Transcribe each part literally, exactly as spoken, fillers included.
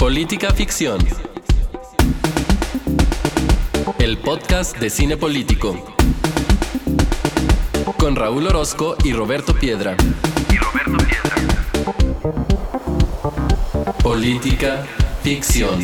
Política Ficción, el podcast de cine político, con Raúl Orozco y Roberto Piedra. Y Roberto Piedra. Política Ficción.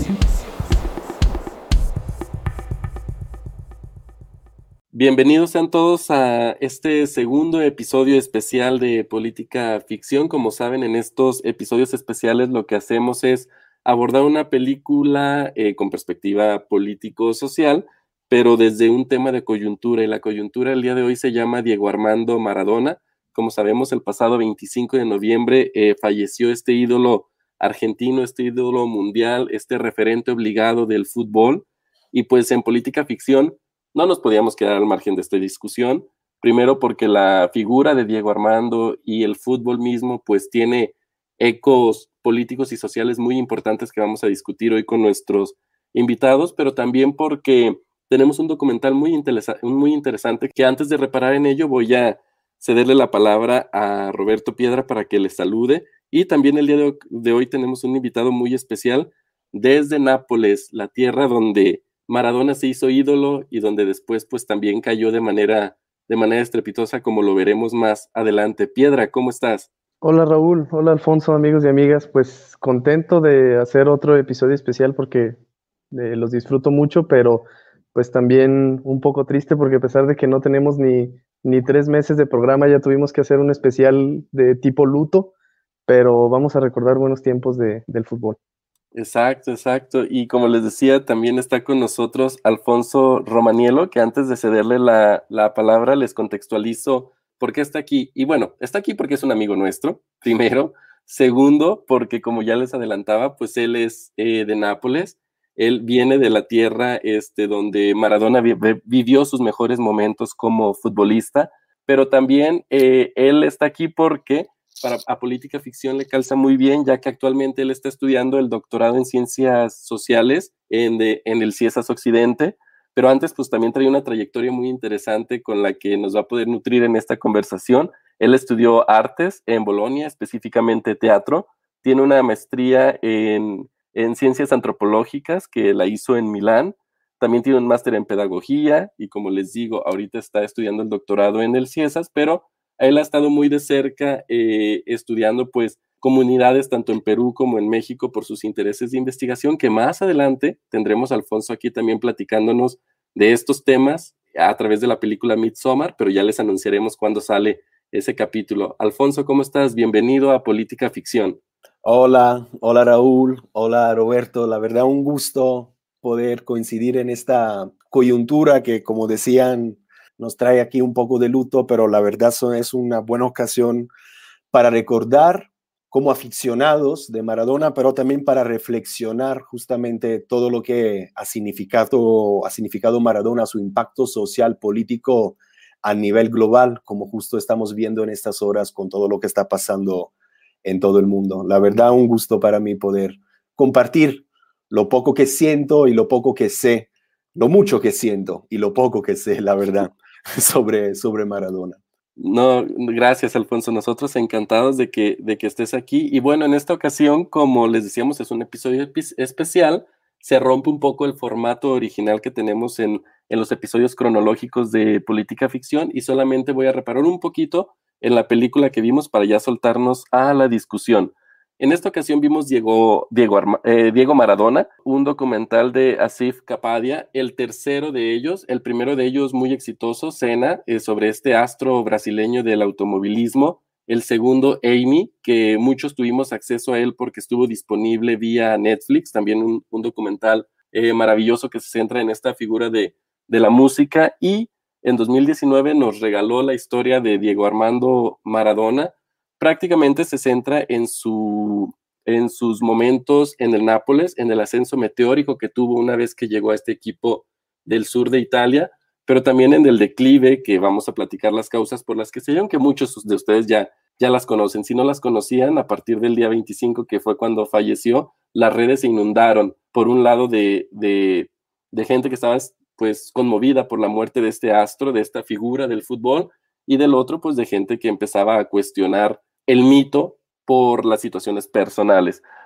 Bienvenidos sean todos a este segundo episodio especial de Política Ficción. Como saben, en estos episodios especiales lo que hacemos es abordar una película eh, con perspectiva político-social, pero desde un tema de coyuntura. Y la coyuntura el día de hoy se llama Diego Armando Maradona. Como sabemos, el pasado veinticinco de noviembre eh, falleció este ídolo argentino, este ídolo mundial, este referente obligado del fútbol. Y pues en Política Ficción no nos podíamos quedar al margen de esta discusión, primero porque la figura de Diego Armando y el fútbol mismo pues tiene ecos políticos y sociales muy importantes que vamos a discutir hoy con nuestros invitados, pero también porque tenemos un documental muy, interesa- muy interesante que antes de reparar en ello voy a cederle la palabra a Roberto Piedra para que le salude. Y también el día de, de hoy tenemos un invitado muy especial desde Nápoles, la tierra donde Maradona se hizo ídolo y donde después pues también cayó de manera, de manera estrepitosa, como lo veremos más adelante. Piedra, ¿cómo estás? Hola Raúl, hola Alfonso, amigos y amigas, pues contento de hacer otro episodio especial porque eh, los disfruto mucho, pero pues también un poco triste porque a pesar de que no tenemos ni, ni tres meses de programa, ya tuvimos que hacer un especial de tipo luto, pero vamos a recordar buenos tiempos de, del fútbol. Exacto, exacto. Y como les decía, también está con nosotros Alfonso Romaniello, que antes de cederle la, la palabra les contextualizo por qué está aquí. Y bueno, está aquí porque es un amigo nuestro, primero. Segundo, porque como ya les adelantaba, pues él es eh, de Nápoles. Él viene de la tierra este, donde Maradona vi- vivió sus mejores momentos como futbolista, pero también eh, él está aquí porque para a Política Ficción le calza muy bien, ya que actualmente él está estudiando el doctorado en Ciencias Sociales en, de, en el CIESAS Occidente, pero antes pues también trae una trayectoria muy interesante con la que nos va a poder nutrir en esta conversación. Él estudió artes en Bolonia, específicamente teatro, tiene una maestría en, en Ciencias Antropológicas que la hizo en Milán, también tiene un máster en Pedagogía y como les digo, ahorita está estudiando el doctorado en el CIESAS, pero él ha estado muy de cerca eh, estudiando pues comunidades tanto en Perú como en México por sus intereses de investigación, que más adelante tendremos a Alfonso aquí también platicándonos de estos temas a través de la película Midsommar, pero ya les anunciaremos cuándo sale ese capítulo. Alfonso, ¿cómo estás? Bienvenido a Política Ficción. Hola, hola Raúl, hola Roberto, la verdad un gusto poder coincidir en esta coyuntura que como decían nos trae aquí un poco de luto, pero la verdad es una buena ocasión para recordar como aficionados de Maradona, pero también para reflexionar justamente todo lo que ha significado, ha significado Maradona, su impacto social, político a nivel global, como justo estamos viendo en estas horas con todo lo que está pasando en todo el mundo. La verdad, un gusto para mí poder compartir lo poco que siento y lo poco que sé, lo mucho que siento y lo poco que sé, la verdad. Sobre, sobre Maradona. No, gracias Alfonso, nosotros encantados de que, de que estés aquí. Y bueno, en esta ocasión, como les decíamos, es un episodio epi- especial, se rompe un poco el formato original que tenemos en, en los episodios cronológicos de Política Ficción y solamente voy a reparar un poquito en la película que vimos para ya soltarnos a la discusión. En esta ocasión vimos Diego, Diego, Arma, eh, Diego Maradona, un documental de Asif Kapadia, el tercero de ellos, el primero de ellos muy exitoso, Senna, eh, sobre este astro brasileño del automovilismo, el segundo, Amy, que muchos tuvimos acceso a él porque estuvo disponible vía Netflix, también un, un documental eh, maravilloso que se centra en esta figura de, de la música, y en dos mil diecinueve nos regaló la historia de Diego Armando Maradona. Prácticamente se centra en, su, en sus momentos en el Nápoles, en el ascenso meteórico que tuvo una vez que llegó a este equipo del sur de Italia, pero también en el declive, que vamos a platicar las causas por las que se dieron, que muchos de ustedes ya, ya las conocen. Si no las conocían, a partir del día veinticinco, que fue cuando falleció, las redes se inundaron, por un lado de, de, de gente que estaba pues conmovida por la muerte de este astro, de esta figura del fútbol, y del otro pues de gente que empezaba a cuestionar el mito por las situaciones personales.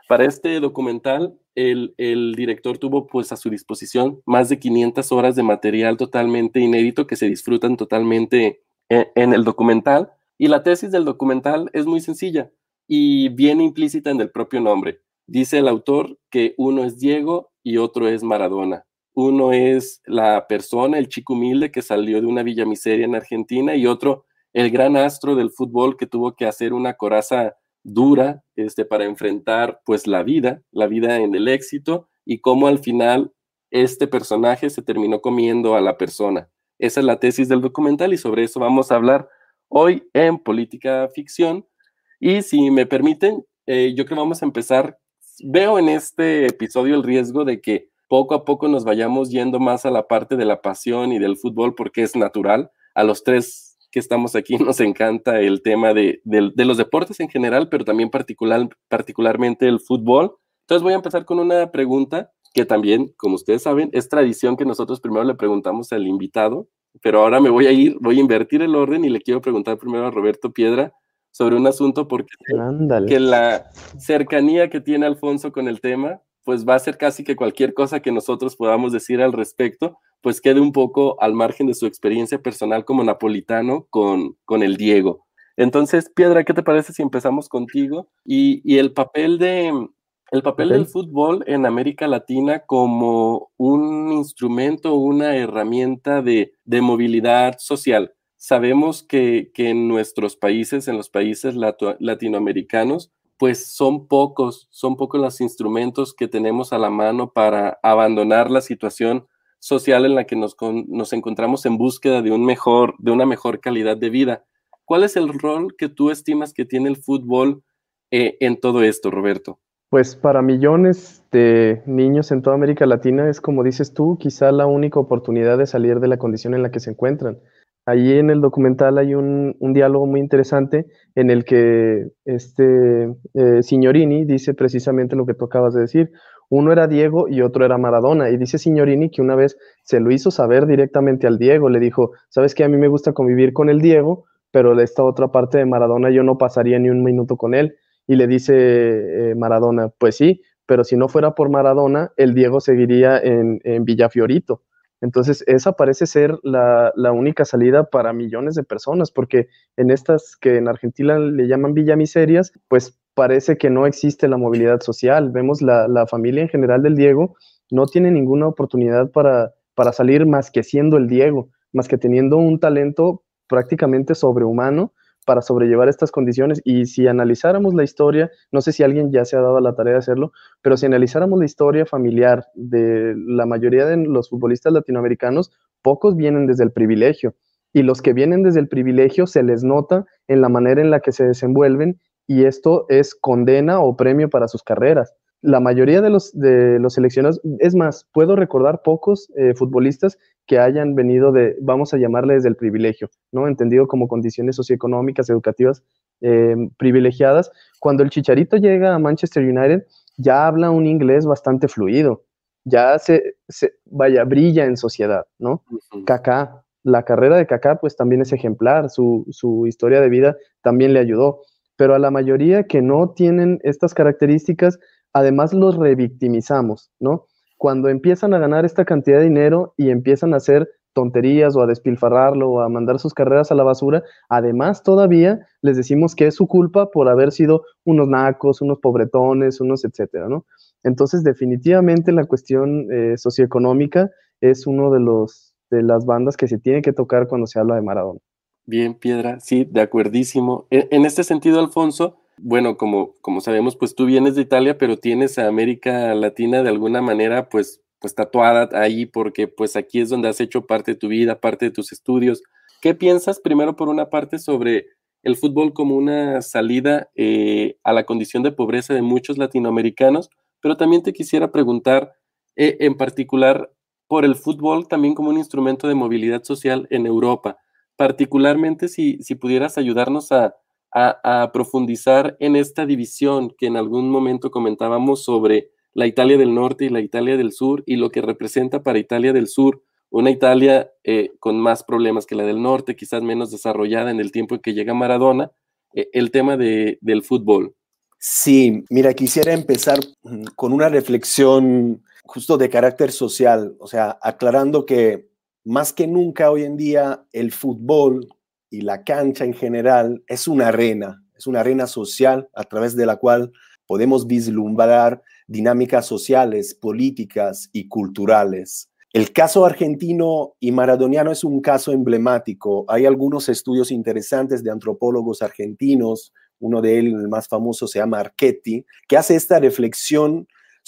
Para este documental, el, el director tuvo pues a su disposición más de quinientas horas de material totalmente inédito que se disfrutan totalmente en, en el documental. Y la tesis del documental es muy sencilla y viene implícita en el propio nombre. Dice el autor que uno es Diego y otro es Maradona. Uno es la persona, el chico humilde que salió de una villa miseria en Argentina, y otro, el gran astro del fútbol que tuvo que hacer una coraza dura este, para enfrentar pues la vida, la vida en el éxito, y cómo al final este personaje se terminó comiendo a la persona. Esa es la tesis del documental y sobre eso vamos a hablar hoy en Política Ficción. Y si me permiten, eh, yo creo que vamos a empezar. Veo en este episodio el riesgo de que poco a poco nos vayamos yendo más a la parte de la pasión y del fútbol porque es natural. A los tres que estamos aquí nos encanta el tema de, de, de los deportes en general, pero también particular, particularmente el fútbol. Entonces voy a empezar con una pregunta que también, como ustedes saben, es tradición que nosotros primero le preguntamos al invitado, pero ahora me voy a ir, voy a invertir el orden y le quiero preguntar primero a Roberto Piedra sobre un asunto porque Ándale. que la cercanía que tiene Alfonso con el tema, pues va a ser casi que cualquier cosa que nosotros podamos decir al respecto, pues quede un poco al margen de su experiencia personal como napolitano con, con el Diego. Entonces, Piedra, ¿qué te parece si empezamos contigo? Y, y el papel, de, el papel Okay. del fútbol en América Latina como un instrumento, una herramienta de, de movilidad social. Sabemos que, que en nuestros países, en los países lato, latinoamericanos, pues son pocos, son pocos los instrumentos que tenemos a la mano para abandonar la situación social en la que nos, con, nos encontramos en búsqueda de, un mejor, de una mejor calidad de vida. ¿Cuál es el rol que tú estimas que tiene el fútbol eh, en todo esto, Roberto? Pues para millones de niños en toda América Latina es, como dices tú, quizá la única oportunidad de salir de la condición en la que se encuentran. Allí en el documental hay un, un diálogo muy interesante en el que este eh, Signorini dice precisamente lo que tú acabas de decir. Uno era Diego y otro era Maradona. Y dice Signorini que una vez se lo hizo saber directamente al Diego. Le dijo, ¿sabes qué? A mí me gusta convivir con el Diego, pero esta otra parte de Maradona yo no pasaría ni un minuto con él. Y le dice eh, Maradona, pues sí, pero si no fuera por Maradona, el Diego seguiría en, en Villafiorito. Entonces, esa parece ser la, la, única salida para millones de personas, porque en estas que en Argentina le llaman villamiserias, pues parece que no existe la movilidad social. Vemos la, la familia en general del Diego, no tiene ninguna oportunidad para, para salir más que siendo el Diego, más que teniendo un talento prácticamente sobrehumano para sobrellevar estas condiciones. Y si analizáramos la historia, no sé si alguien ya se ha dado la tarea de hacerlo, pero si analizáramos la historia familiar de la mayoría de los futbolistas latinoamericanos, pocos vienen desde el privilegio. Y los que vienen desde el privilegio se les nota en la manera en la que se desenvuelven, y esto es condena o premio para sus carreras. La mayoría de los, de los seleccionados, es más, puedo recordar pocos eh, futbolistas que hayan venido de, vamos a llamarle desde el privilegio, ¿no? Entendido como condiciones socioeconómicas, educativas eh, privilegiadas. Cuando el Chicharito llega a Manchester United, ya habla un inglés bastante fluido, ya se, se vaya, brilla en sociedad, ¿no? Uh-huh. Kaká, la carrera de Kaká pues también es ejemplar, su, su historia de vida también le ayudó, pero a la mayoría que no tienen estas características, además los revictimizamos, ¿no? Cuando empiezan a ganar esta cantidad de dinero y empiezan a hacer tonterías o a despilfarrarlo o a mandar sus carreras a la basura, además todavía les decimos que es su culpa por haber sido unos nacos, unos pobretones, unos etcétera, ¿no? Entonces, definitivamente la cuestión eh, socioeconómica es uno de los de las bandas que se tiene que tocar cuando se habla de Maradona. Bien, Piedra, sí, de acuerdísimo. En, en este sentido, Alfonso, bueno, como, como sabemos, pues tú vienes de Italia, pero tienes a América Latina de alguna manera, pues, pues tatuada ahí, porque pues aquí es donde has hecho parte de tu vida, parte de tus estudios. ¿Qué piensas, primero, por una parte, sobre el fútbol como una salida eh, a la condición de pobreza de muchos latinoamericanos? Pero también te quisiera preguntar, eh, en particular, por el fútbol también como un instrumento de movilidad social en Europa, particularmente si, si pudieras ayudarnos a A, a profundizar en esta división que en algún momento comentábamos sobre la Italia del Norte y la Italia del Sur y lo que representa para Italia del Sur, una Italia eh, con más problemas que la del Norte, quizás menos desarrollada en el tiempo en que llega Maradona, eh, el tema de, del fútbol. Sí, mira, quisiera empezar con una reflexión justo de carácter social, o sea, aclarando que más que nunca hoy en día el fútbol y la cancha en general es una arena, es una arena social a través de la cual podemos vislumbrar dinámicas sociales, políticas y culturales. El caso argentino y maradoniano es un caso emblemático. Hay algunos estudios interesantes de antropólogos argentinos. Uno de ellos, el más famoso, se llama Archetti, que hace esta reflexión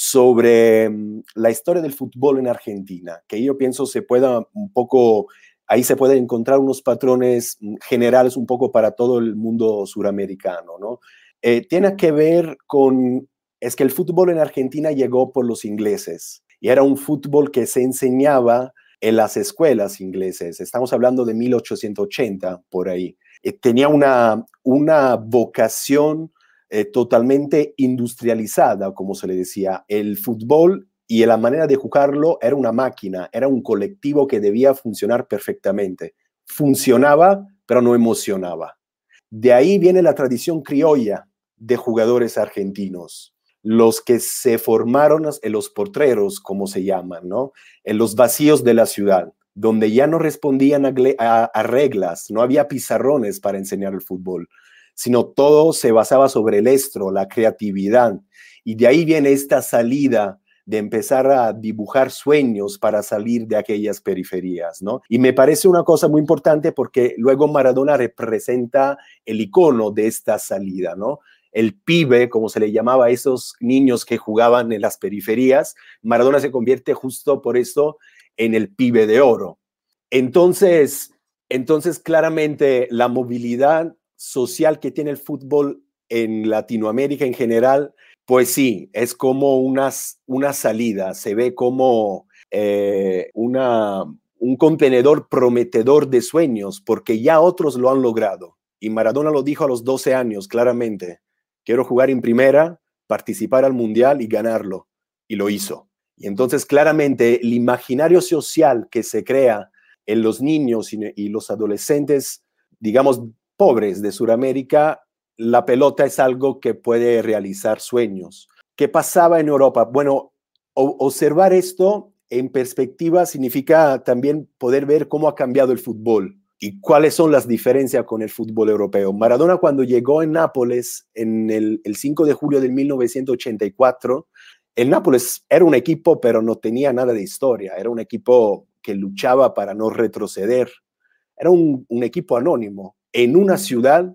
sobre la historia del fútbol en Argentina, que yo pienso se pueda un poco, ahí se pueden encontrar unos patrones generales un poco para todo el mundo suramericano, ¿no? Eh, tiene que ver con, es que el fútbol en Argentina llegó por los ingleses y era un fútbol que se enseñaba en las escuelas inglesas. Estamos hablando de mil ochocientos ochenta, por ahí. Eh, tenía una, una vocación eh, totalmente industrializada, como se le decía. El fútbol y la manera de jugarlo era una máquina, era un colectivo que debía funcionar perfectamente. Funcionaba, pero no emocionaba. De ahí viene la tradición criolla de jugadores argentinos, los que se formaron en los potreros, como se llaman, ¿no? En los vacíos de la ciudad, donde ya no respondían a, a, a reglas, no había pizarrones para enseñar el fútbol, sino todo se basaba sobre el estro, la creatividad. Y de ahí viene esta salida de empezar a dibujar sueños para salir de aquellas periferias, ¿no? Y me parece una cosa muy importante porque luego Maradona representa el icono de esta salida, ¿no? El pibe, como se le llamaba a esos niños que jugaban en las periferias, Maradona se convierte justo por eso en el pibe de oro. Entonces, entonces claramente la movilidad social que tiene el fútbol en Latinoamérica en general, pues sí, es como una, una salida, se ve como eh, una, un contenedor prometedor de sueños, porque ya otros lo han logrado. Y Maradona lo dijo a los doce años, claramente. Quiero jugar en primera, participar al mundial y ganarlo. Y lo hizo. Y entonces, claramente, el imaginario social que se crea en los niños y, y los adolescentes, digamos, pobres de Sudamérica, la pelota es algo que puede realizar sueños. ¿Qué pasaba en Europa? Bueno, observar esto en perspectiva significa también poder ver cómo ha cambiado el fútbol y cuáles son las diferencias con el fútbol europeo. Maradona, cuando llegó en Nápoles en el, el cinco de julio de mil novecientos ochenta y cuatro, el Nápoles era un equipo, pero no tenía nada de historia. Era un equipo que luchaba para no retroceder. Era un, un equipo anónimo en una ciudad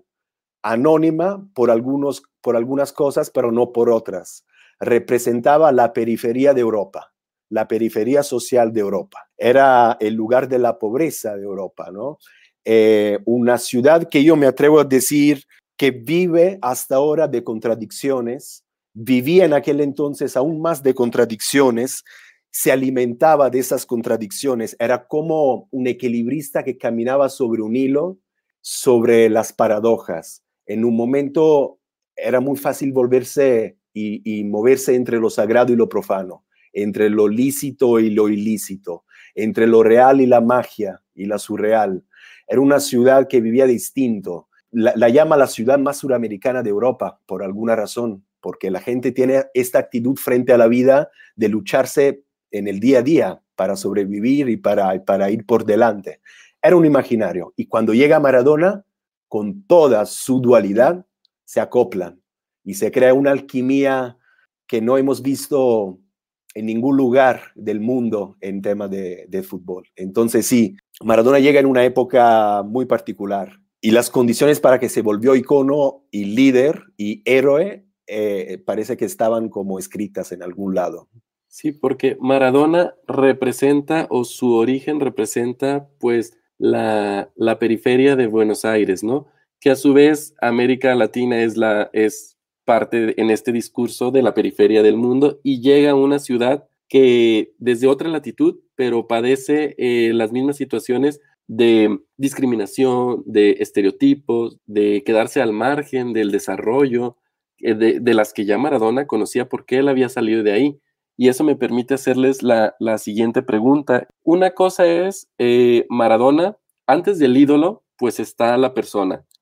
anónima por, algunos, por algunas cosas, pero no por otras. Representaba la periferia de Europa, la periferia social de Europa. Era el lugar de la pobreza de Europa, ¿no? Eh, una ciudad que yo me atrevo a decir que vive hasta ahora de contradicciones, vivía en aquel entonces aún más de contradicciones, se alimentaba de esas contradicciones, era como un equilibrista que caminaba sobre un hilo, sobre las paradojas. En un momento era muy fácil volverse y, y moverse entre lo sagrado y lo profano, entre lo lícito y lo ilícito, entre lo real y la magia y la surreal. Era una ciudad que vivía distinto. La, la llama la ciudad más suramericana de Europa por alguna razón, porque la gente tiene esta actitud frente a la vida de lucharse en el día a día para sobrevivir y para, para ir por delante. Era un imaginario. Y cuando llega Maradona, con toda su dualidad, se acoplan y se crea una alquimia que no hemos visto en ningún lugar del mundo en tema de, de fútbol. Entonces sí, Maradona llega en una época muy particular y las condiciones para que se volvió icono y líder y héroe eh, parece que estaban como escritas en algún lado. Sí, porque Maradona representa, o su origen representa, pues, la, la periferia de Buenos Aires, ¿no? Que a su vez América Latina es, la, es parte de, en este discurso de la periferia del mundo y llega a una ciudad que desde otra latitud, pero padece eh, las mismas situaciones de discriminación, de estereotipos, de quedarse al margen del desarrollo, eh, de, de las que ya Maradona conocía porque él había salido de ahí. Y eso me permite hacerles la, la siguiente pregunta. Una cosa es eh, Maradona, antes del ídolo, pues está la persona.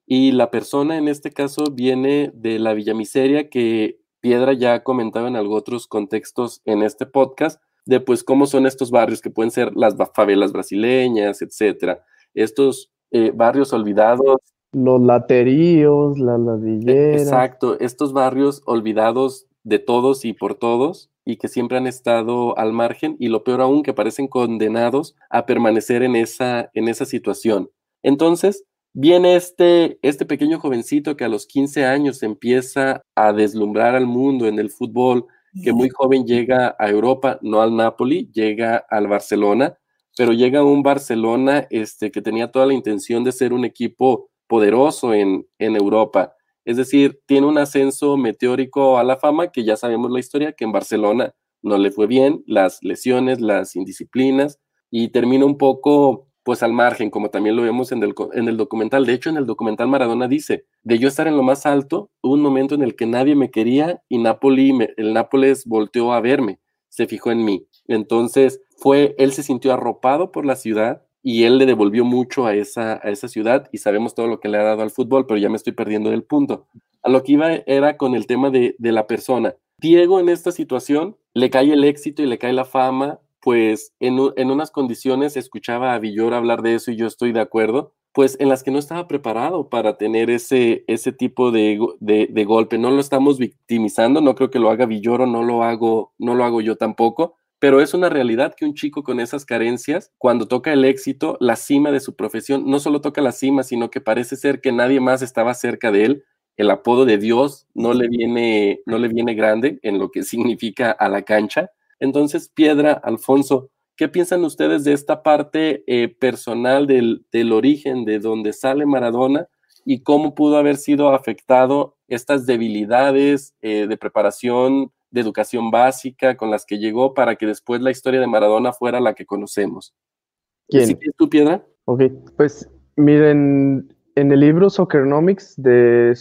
y la persona en este caso viene de la Villa Miseria, que Piedra ya comentaba en algunos otros contextos en este podcast, de pues cómo son estos barrios que pueden ser las favelas brasileñas, etcétera. Estos eh, barrios olvidados. Los lateríos, las ladrilleras. Exacto, estos barrios olvidados de todos y por todos y que siempre han estado al margen y lo peor aún que parecen condenados a permanecer en esa, en esa situación. Entonces viene este, este pequeño jovencito que a los quince años empieza a deslumbrar al mundo en el fútbol, que muy joven llega a Europa, no al Napoli, llega al Barcelona, pero llega a un Barcelona este, que tenía toda la intención de ser un equipo poderoso en, en Europa. Es decir, tiene un ascenso meteórico a la fama, que ya sabemos la historia, que en Barcelona no le fue bien, las lesiones, las indisciplinas, y termina un poco pues al margen, como también lo vemos en el, en el documental. De hecho, en el documental Maradona dice, de yo estar en lo más alto, hubo un momento en el que nadie me quería y Napoli, me, el Nápoles volteó a verme, se fijó en mí. Entonces, fue, él se sintió arropado por la ciudad, y él le devolvió mucho a esa, a esa ciudad, y sabemos todo lo que le ha dado al fútbol, pero ya me estoy perdiendo del punto. A lo que iba era con el tema de, de la persona. Diego en esta situación le cae el éxito y le cae la fama, pues en, en unas condiciones, escuchaba a Villoro hablar de eso y yo estoy de acuerdo, pues en las que no estaba preparado para tener ese, ese tipo de, de, de golpe. No lo estamos victimizando, no creo que lo haga Villoro, no lo hago, no lo hago yo tampoco, pero es una realidad que un chico con esas carencias, cuando toca el éxito, la cima de su profesión, no solo toca la cima, sino que parece ser que nadie más estaba cerca de él. El apodo de Dios no le viene, no le viene grande en lo que significa a la cancha. Entonces, Piedra, Alfonso, ¿qué piensan ustedes de esta parte eh, personal del, del origen de donde sale Maradona y cómo pudo haber sido afectado estas debilidades eh, de preparación, de educación básica con las que llegó para que después la historia de Maradona fuera la que conocemos? ¿Quién? ¿Sí que tú, Piedra? Ok, pues miren, en el libro Soccernomics de,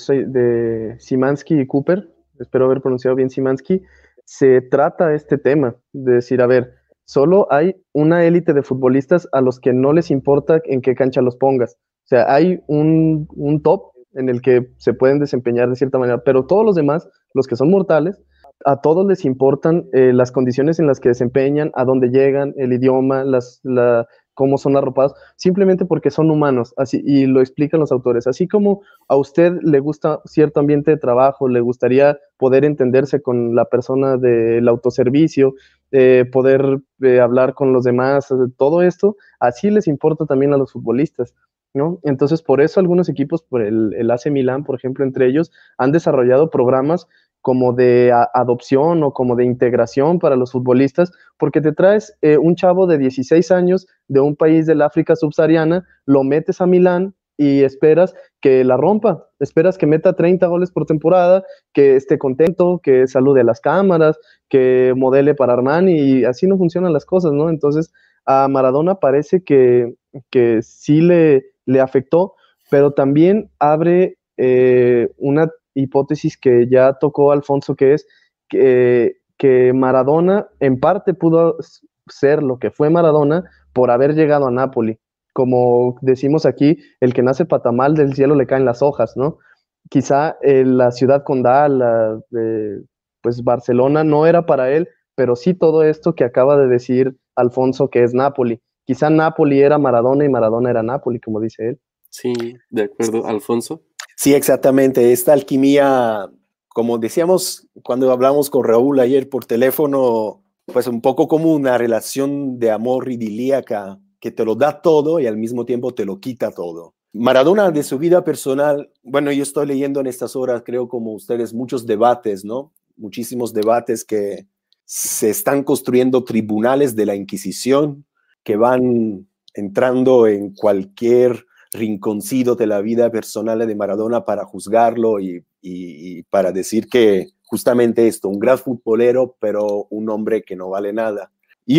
de Szymanski y Cooper, espero haber pronunciado bien Szymanski, se trata este tema, de decir, a ver, solo hay una élite de futbolistas a los que no les importa en qué cancha los pongas. O sea, hay un, un top en el que se pueden desempeñar de cierta manera, pero todos los demás, los que son mortales, a todos les importan eh, las condiciones en las que desempeñan, a dónde llegan, el idioma, las, la, cómo son arropados, simplemente porque son humanos, así, y lo explican los autores. Así como a usted le gusta cierto ambiente de trabajo, le gustaría poder entenderse con la persona del autoservicio, eh, poder eh, hablar con los demás, todo esto, así les importa también a los futbolistas, ¿no? Entonces, por eso algunos equipos, por el, el A C Milán, por ejemplo, entre ellos, han desarrollado programas como de a, adopción o como de integración para los futbolistas, porque te traes eh, un chavo de dieciséis años de un país del África subsahariana, lo metes a Milán y esperas que la rompa, esperas que meta treinta goles por temporada, que esté contento, que salude a las cámaras, que modele para Armani, y así no funcionan las cosas, ¿no? Entonces, a Maradona parece que, que sí le, le afectó, pero también abre eh, una hipótesis que ya tocó Alfonso, que es que, que Maradona en parte pudo ser lo que fue Maradona por haber llegado a Nápoli. Como decimos aquí, el que nace patamal del cielo le caen las hojas, ¿no? Quizá eh, la ciudad condal, la, eh, pues Barcelona no era para él, pero sí todo esto que acaba de decir Alfonso, que es Nápoli. Quizá Nápoli era Maradona y Maradona era Nápoli, como dice él. Sí, de acuerdo. Alfonso. Sí, exactamente. Esta alquimia, como decíamos cuando hablamos con Raúl ayer por teléfono, pues un poco como una relación de amor idilíaca que te lo da todo y al mismo tiempo te lo quita todo. Maradona, de su vida personal, bueno, yo estoy leyendo en estas horas, creo como ustedes, muchos debates, ¿no? Muchísimos debates que se están construyendo tribunales de la Inquisición que van entrando en cualquier rinconcito de la vida personal de Maradona para juzgarlo y, y, y para decir que justamente esto, un gran futbolero, pero un hombre que no vale nada.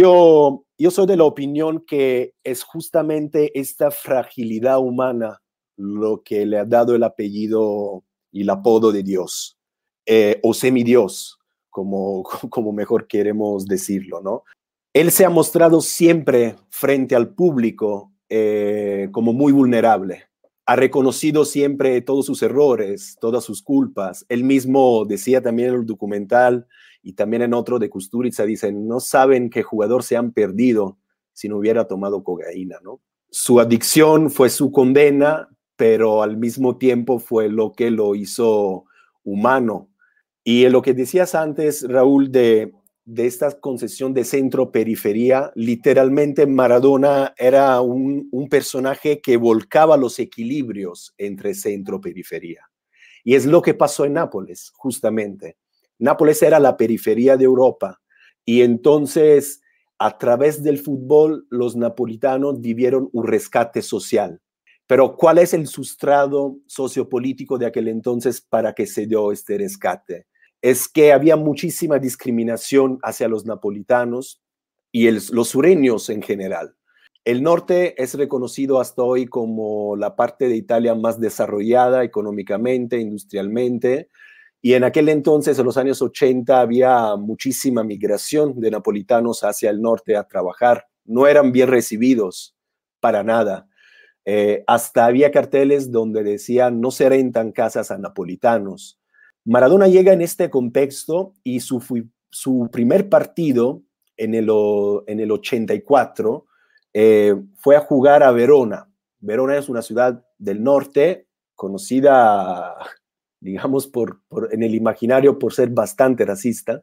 Yo, yo soy de la opinión que es justamente esta fragilidad humana lo que le ha dado el apellido y el apodo de Dios, eh, o semidios, como, como mejor queremos decirlo, ¿no? Él se ha mostrado siempre frente al público Eh, como muy vulnerable, ha reconocido siempre todos sus errores, todas sus culpas. Él mismo decía también en el documental y también en otro de Kusturica, dicen, no saben qué jugador se han perdido si no hubiera tomado cocaína, ¿no? Su adicción fue su condena, pero al mismo tiempo fue lo que lo hizo humano. Y en lo que decías antes, Raúl, de, de esta concesión de centro-periferia, literalmente Maradona era un, un personaje que volcaba los equilibrios entre centro-periferia. Y es lo que pasó en Nápoles, justamente. Nápoles era la periferia de Europa y entonces a través del fútbol los napolitanos vivieron un rescate social. Pero ¿cuál es el sustrato sociopolítico de aquel entonces para que se dio este rescate? Es que había muchísima discriminación hacia los napolitanos y el, los sureños en general. El norte es reconocido hasta hoy como la parte de Italia más desarrollada económicamente, industrialmente, y en aquel entonces, en los años ochenta, había muchísima migración de napolitanos hacia el norte a trabajar. No eran bien recibidos para nada. Eh, hasta había carteles donde decían no se rentan casas a napolitanos. Maradona llega en este contexto y su, su primer partido en el, en el ochenta y cuatro eh, fue a jugar a Verona. Verona es una ciudad del norte conocida, digamos, por, por, en el imaginario por ser bastante racista.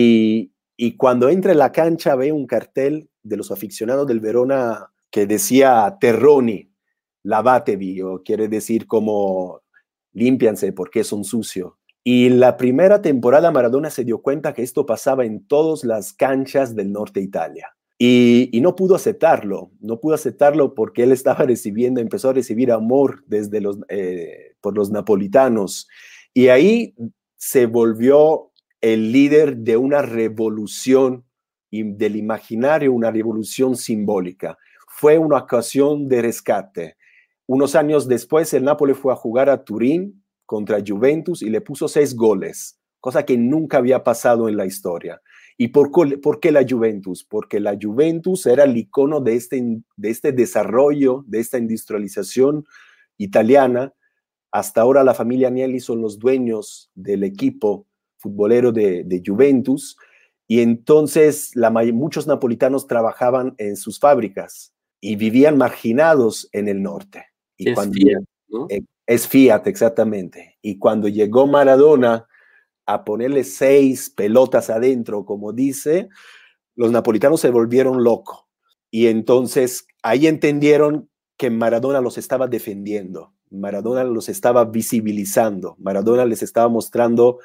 Y, y cuando entra en la cancha ve un cartel de los aficionados del Verona que decía Terroni, lavatevi, o quiere decir como límpianse porque son sucios. Y la primera temporada Maradona se dio cuenta que esto pasaba en todas las canchas del norte de Italia. Y, y no pudo aceptarlo, no pudo aceptarlo porque él estaba recibiendo, empezó a recibir amor desde los, eh, por los napolitanos. Y ahí se volvió el líder de una revolución del imaginario, una revolución simbólica. Fue una ocasión de rescate. Unos años después, el Napoli fue a jugar a Turín contra Juventus y le puso seis goles, cosa que nunca había pasado en la historia. ¿Y por, por qué la Juventus? Porque la Juventus era el icono de este, de este desarrollo, de esta industrialización italiana. Hasta ahora la familia Agnelli son los dueños del equipo futbolero de, de Juventus y entonces la, muchos napolitanos trabajaban en sus fábricas y vivían marginados en el norte. Y es cuando, Fiat, ¿no? eh, es Fiat, exactamente. Y cuando llegó Maradona a ponerle seis pelotas adentro, como dice, los napolitanos se volvieron locos. Y entonces ahí entendieron que Maradona los estaba defendiendo, Maradona los estaba visibilizando, Maradona les estaba mostrando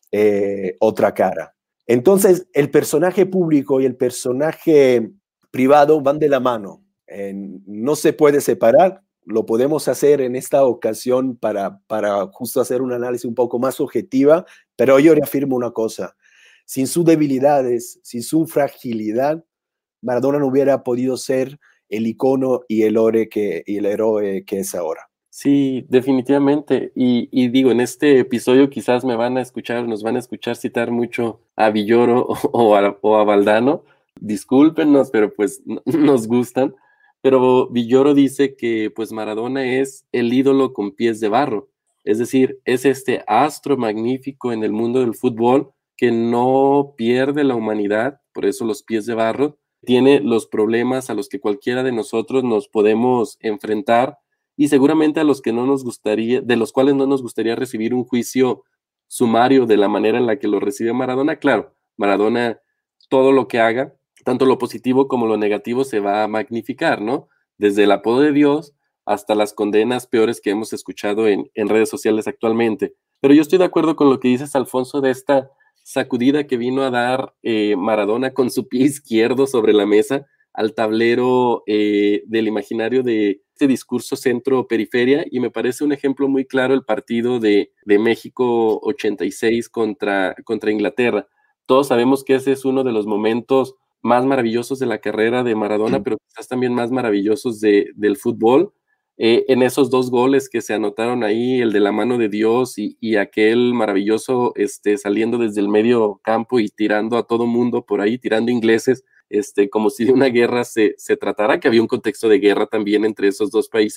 eh, otra cara. Entonces el personaje público y el personaje privado van de la mano. Eh, no se puede separar. Lo podemos hacer en esta ocasión para, para justo hacer un análisis un poco más objetiva, pero yo reafirmo una cosa, sin sus debilidades, sin su fragilidad, Maradona no hubiera podido ser el icono y el, héroe que, y el héroe que es ahora. Sí, definitivamente. Y, y digo, en este episodio quizás me van a escuchar, nos van a escuchar citar mucho a Villoro o, o, a, o a Valdano. Discúlpenos, pero pues nos gustan. Pero Villoro dice que pues Maradona es el ídolo con pies de barro, es decir, es este astro magnífico en el mundo del fútbol que no pierde la humanidad, por eso los pies de barro, tiene los problemas a los que cualquiera de nosotros nos podemos enfrentar y seguramente a los que no nos gustaría, de los cuales no nos gustaría recibir un juicio sumario de la manera en la que lo recibe Maradona. Claro, Maradona, todo lo que haga, tanto lo positivo como lo negativo se va a magnificar, ¿no? Desde el apodo de Dios hasta las condenas peores que hemos escuchado en, en redes sociales actualmente. Pero yo estoy de acuerdo con lo que dices, Alfonso, de esta sacudida que vino a dar eh, Maradona con su pie izquierdo sobre la mesa al tablero eh, del imaginario de este discurso centro-periferia, y me parece un ejemplo muy claro el partido de, de México ochenta y seis contra, contra Inglaterra. Todos sabemos que ese es uno de los momentos más maravillosos de la carrera de Maradona, pero quizás también más maravillosos de, del fútbol. Eh, en esos dos goles que se anotaron ahí, el de la mano de Dios y, y aquel maravilloso este, saliendo desde el medio campo y tirando a todo mundo por ahí, tirando ingleses, este, como si de una guerra se, se tratara, que había un contexto de guerra también entre esos dos países.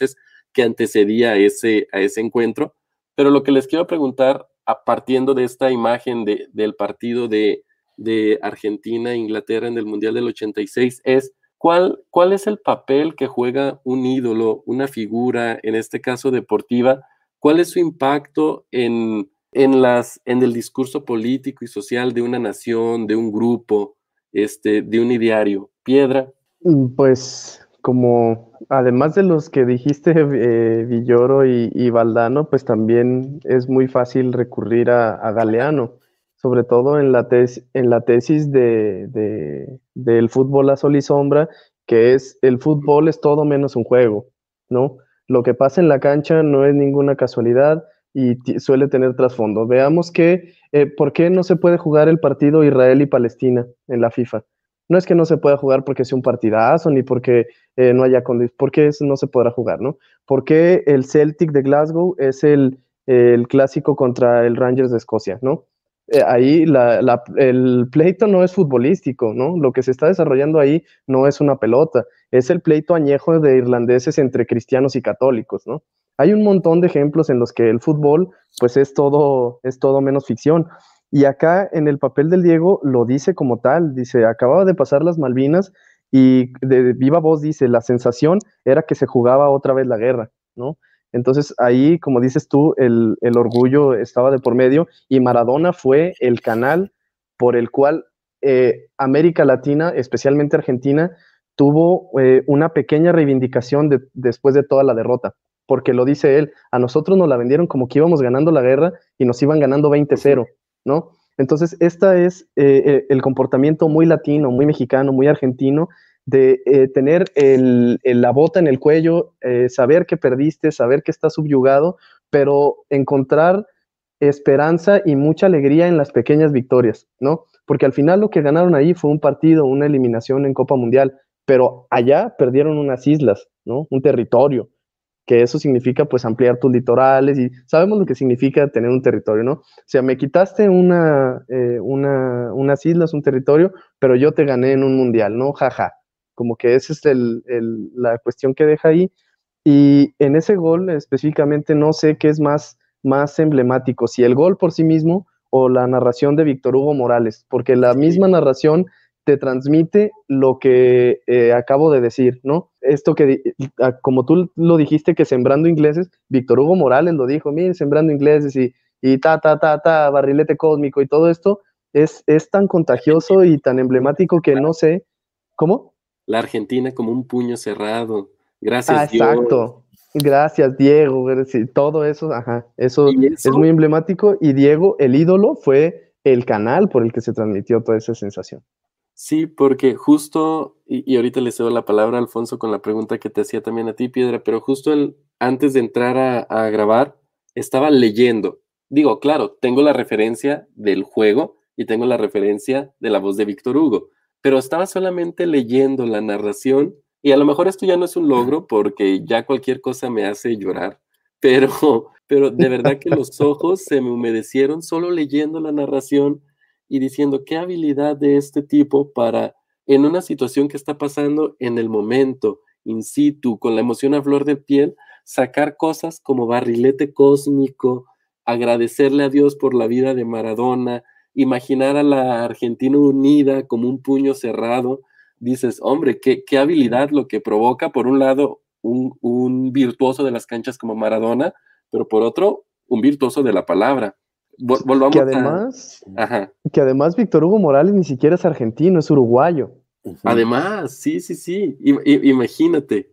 que antecedía a ese, a ese encuentro. Pero lo que les quiero preguntar, a partiendo de esta imagen de, del partido de, de Argentina e Inglaterra en el Mundial del ochenta y seis, es ¿cuál, cuál es el papel que juega un ídolo, una figura, en este caso deportiva? ¿Cuál es su impacto en, en, las, en el discurso político y social de una nación, de un grupo, este, de un ideario? Piedra. Pues como además de los que dijiste, eh, Villoro y, y Valdano, pues también es muy fácil recurrir a, a Galeano, sobre todo en la, tes, en la tesis de, de, del fútbol a sol y sombra, que es el fútbol es todo menos un juego, ¿no? Lo que pasa en la cancha no es ninguna casualidad y suele tener trasfondo. Veamos que, eh, ¿por qué no se puede jugar el partido Israel y Palestina en la FIFA? No es que no se pueda jugar porque sea un partidazo, ni porque eh, no haya condiciones, porque eso no se podrá jugar, ¿no? Porque el Celtic de Glasgow es el, el clásico contra el Rangers de Escocia, ¿no? Eh, ahí la, la, el pleito no es futbolístico, ¿no? Lo que se está desarrollando ahí no es una pelota, es el pleito añejo de irlandeses entre cristianos y católicos, ¿no? Hay un montón de ejemplos en los que el fútbol, pues es todo, es todo menos ficción. Y acá en el papel del Diego lo dice como tal, dice, acababa de pasar las Malvinas y de viva voz dice, la sensación era que se jugaba otra vez la guerra, ¿no? Entonces ahí, como dices tú, el, el orgullo estaba de por medio y Maradona fue el canal por el cual eh, América Latina, especialmente Argentina, tuvo eh, una pequeña reivindicación de, después de toda la derrota, porque lo dice él, a nosotros nos la vendieron como que íbamos ganando la guerra y nos iban ganando veinte cero, ¿no? Entonces, este es eh, el comportamiento muy latino, muy mexicano, muy argentino, de eh, tener el, el, la bota en el cuello, eh, saber que perdiste, saber que estás subyugado, pero encontrar esperanza y mucha alegría en las pequeñas victorias, ¿no? Porque al final lo que ganaron ahí fue un partido, una eliminación en Copa Mundial, pero allá perdieron unas islas, ¿no? Un territorio, que eso significa pues ampliar tus litorales y sabemos lo que significa tener un territorio, ¿no? O sea, me quitaste una, eh, una, unas islas, un territorio, pero yo te gané en un mundial, ¿no? Jaja. Como que esa es el, el, la cuestión que deja ahí. Y en ese gol específicamente no sé qué es más, más emblemático, si el gol por sí mismo o la narración de Víctor Hugo Morales, porque la misma narración te transmite lo que eh, acabo de decir, ¿no? Esto que, como tú lo dijiste, que sembrando ingleses, Víctor Hugo Morales lo dijo, mire, sembrando ingleses y, y ta, ta, ta, ta, barrilete cósmico y todo esto es, es tan contagioso y tan emblemático que no sé, ¿cómo? La Argentina como un puño cerrado, gracias ah, exacto. Dios. Gracias, Diego, todo eso, ajá, eso, eso es muy emblemático y Diego, el ídolo, fue el canal por el que se transmitió toda esa sensación. Sí, porque justo, y, y ahorita le cedo la palabra a Alfonso con la pregunta que te hacía también a ti, Piedra, pero justo el, antes de entrar a, a grabar, estaba leyendo. Digo, claro, tengo la referencia del juego y tengo la referencia de la voz de Víctor Hugo, pero estaba solamente leyendo la narración y a lo mejor esto ya no es un logro porque ya cualquier cosa me hace llorar, pero, pero de verdad que los ojos se me humedecieron solo leyendo la narración y diciendo qué habilidad de este tipo para, en una situación que está pasando en el momento, in situ, con la emoción a flor de piel, sacar cosas como barrilete cósmico, agradecerle a Dios por la vida de Maradona, imaginar a la Argentina unida como un puño cerrado. Dices, hombre, qué, qué habilidad lo que provoca, por un lado, un, un virtuoso de las canchas como Maradona, pero por otro, un virtuoso de la palabra. Vol- volvamos que además, a... Ajá. que además Víctor Hugo Morales ni siquiera es argentino, es uruguayo. Además, sí, sí, sí, I, I, imagínate.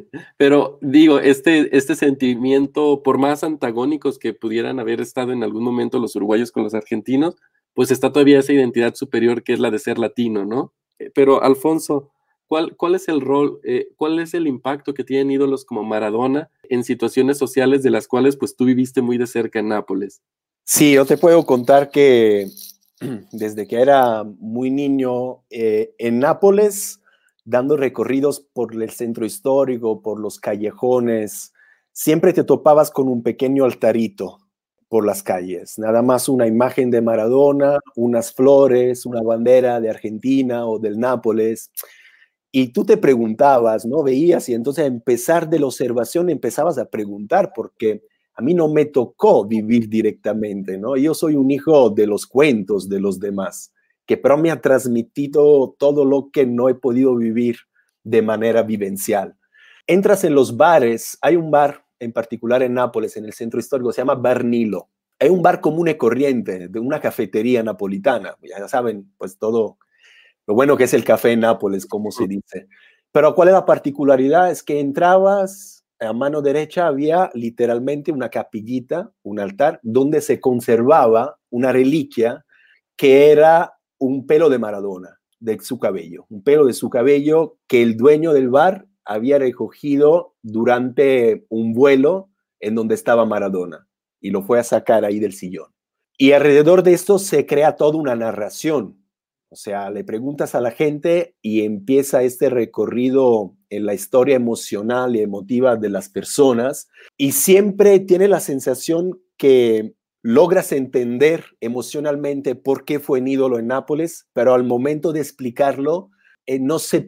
Pero digo, este, este sentimiento, por más antagónicos que pudieran haber estado en algún momento los uruguayos con los argentinos, pues está todavía esa identidad superior que es la de ser latino, ¿no? Pero Alfonso, ¿cuál, cuál es el rol, eh, cuál es el impacto que tienen ídolos como Maradona en situaciones sociales de las cuales pues tú viviste muy de cerca en Nápoles? Sí, yo te puedo contar que desde que era muy niño eh, en Nápoles, dando recorridos por el centro histórico, por los callejones, siempre te topabas con un pequeño altarito por las calles, nada más una imagen de Maradona, unas flores, una bandera de Argentina o del Nápoles. Y tú te preguntabas, ¿no? Veías y entonces a empezar de la observación empezabas a preguntar, porque a mí no me tocó vivir directamente, ¿no? Yo soy un hijo de los cuentos de los demás, que pero me ha transmitido todo lo que no he podido vivir de manera vivencial. Entras en los bares, hay un bar en particular en Nápoles, en el centro histórico, se llama Bar Nilo. Hay un bar común y corriente, de una cafetería napolitana, ya saben, pues todo lo bueno que es el café en Nápoles, como se dice. Pero ¿cuál es la particularidad? Es que entrabas, a mano derecha había literalmente una capillita, un altar, donde se conservaba una reliquia que era un pelo de Maradona, de su cabello. Un pelo de su cabello que el dueño del bar había recogido durante un vuelo en donde estaba Maradona y lo fue a sacar ahí del sillón. Y alrededor de esto se crea toda una narración. O sea, le preguntas a la gente y empieza este recorrido en la historia emocional y emotiva de las personas y siempre tiene la sensación que logras entender emocionalmente por qué fue un ídolo en Nápoles, pero al momento de explicarlo eh, no se,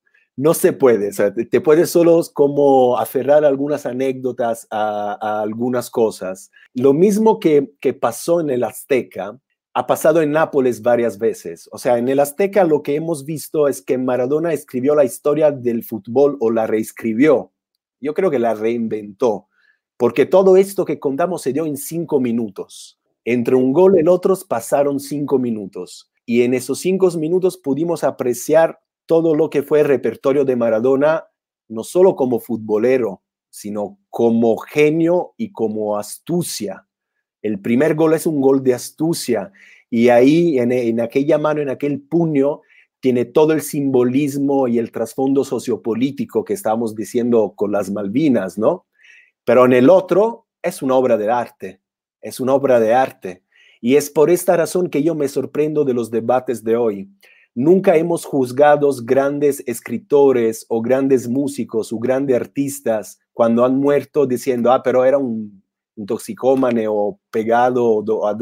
no se puede. O sea, te, te puedes solo como aferrar a algunas anécdotas, a, a algunas cosas. Lo mismo que, que pasó en el Azteca, ha pasado en Nápoles varias veces. O sea, en el Azteca lo que hemos visto es que Maradona escribió la historia del fútbol o la reescribió. Yo creo que la reinventó, porque todo esto que contamos se dio en cinco minutos. Entre un gol y el otro pasaron cinco minutos. Y en esos cinco minutos pudimos apreciar todo lo que fue el repertorio de Maradona, no solo como futbolero, sino como genio y como astucia. El primer gol es un gol de astucia y ahí en, en aquella mano, en aquel puño, tiene todo el simbolismo y el trasfondo sociopolítico que estábamos diciendo con las Malvinas, ¿no? Pero en el otro es una obra de arte, es una obra de arte. Y es por esta razón que yo me sorprendo de los debates de hoy. Nunca hemos juzgado grandes escritores o grandes músicos o grandes artistas cuando han muerto diciendo, ah, pero era un un toxicómane o pegado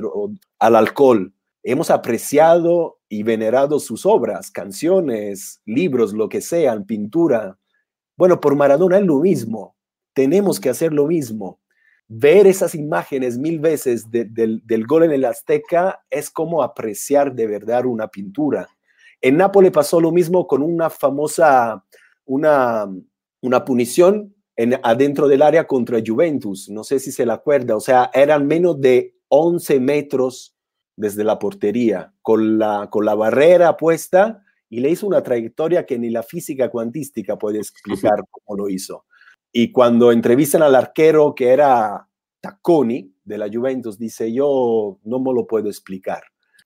al alcohol. Hemos apreciado y venerado sus obras, canciones, libros, lo que sean, pintura. Bueno, por Maradona es lo mismo. Tenemos que hacer lo mismo. Ver esas imágenes mil veces de, de, del gol en el Azteca es como apreciar de verdad una pintura. En Nápoles pasó lo mismo con una famosa, una, una punición En, adentro del área contra Juventus, no sé si se la acuerda, o sea, eran menos de once metros desde la portería, con la, con la barrera puesta, y le hizo una trayectoria que ni la física cuantística puede explicar cómo lo hizo. Y cuando entrevistan al arquero, que era Tacconi, de la Juventus, dice, yo no me lo puedo explicar.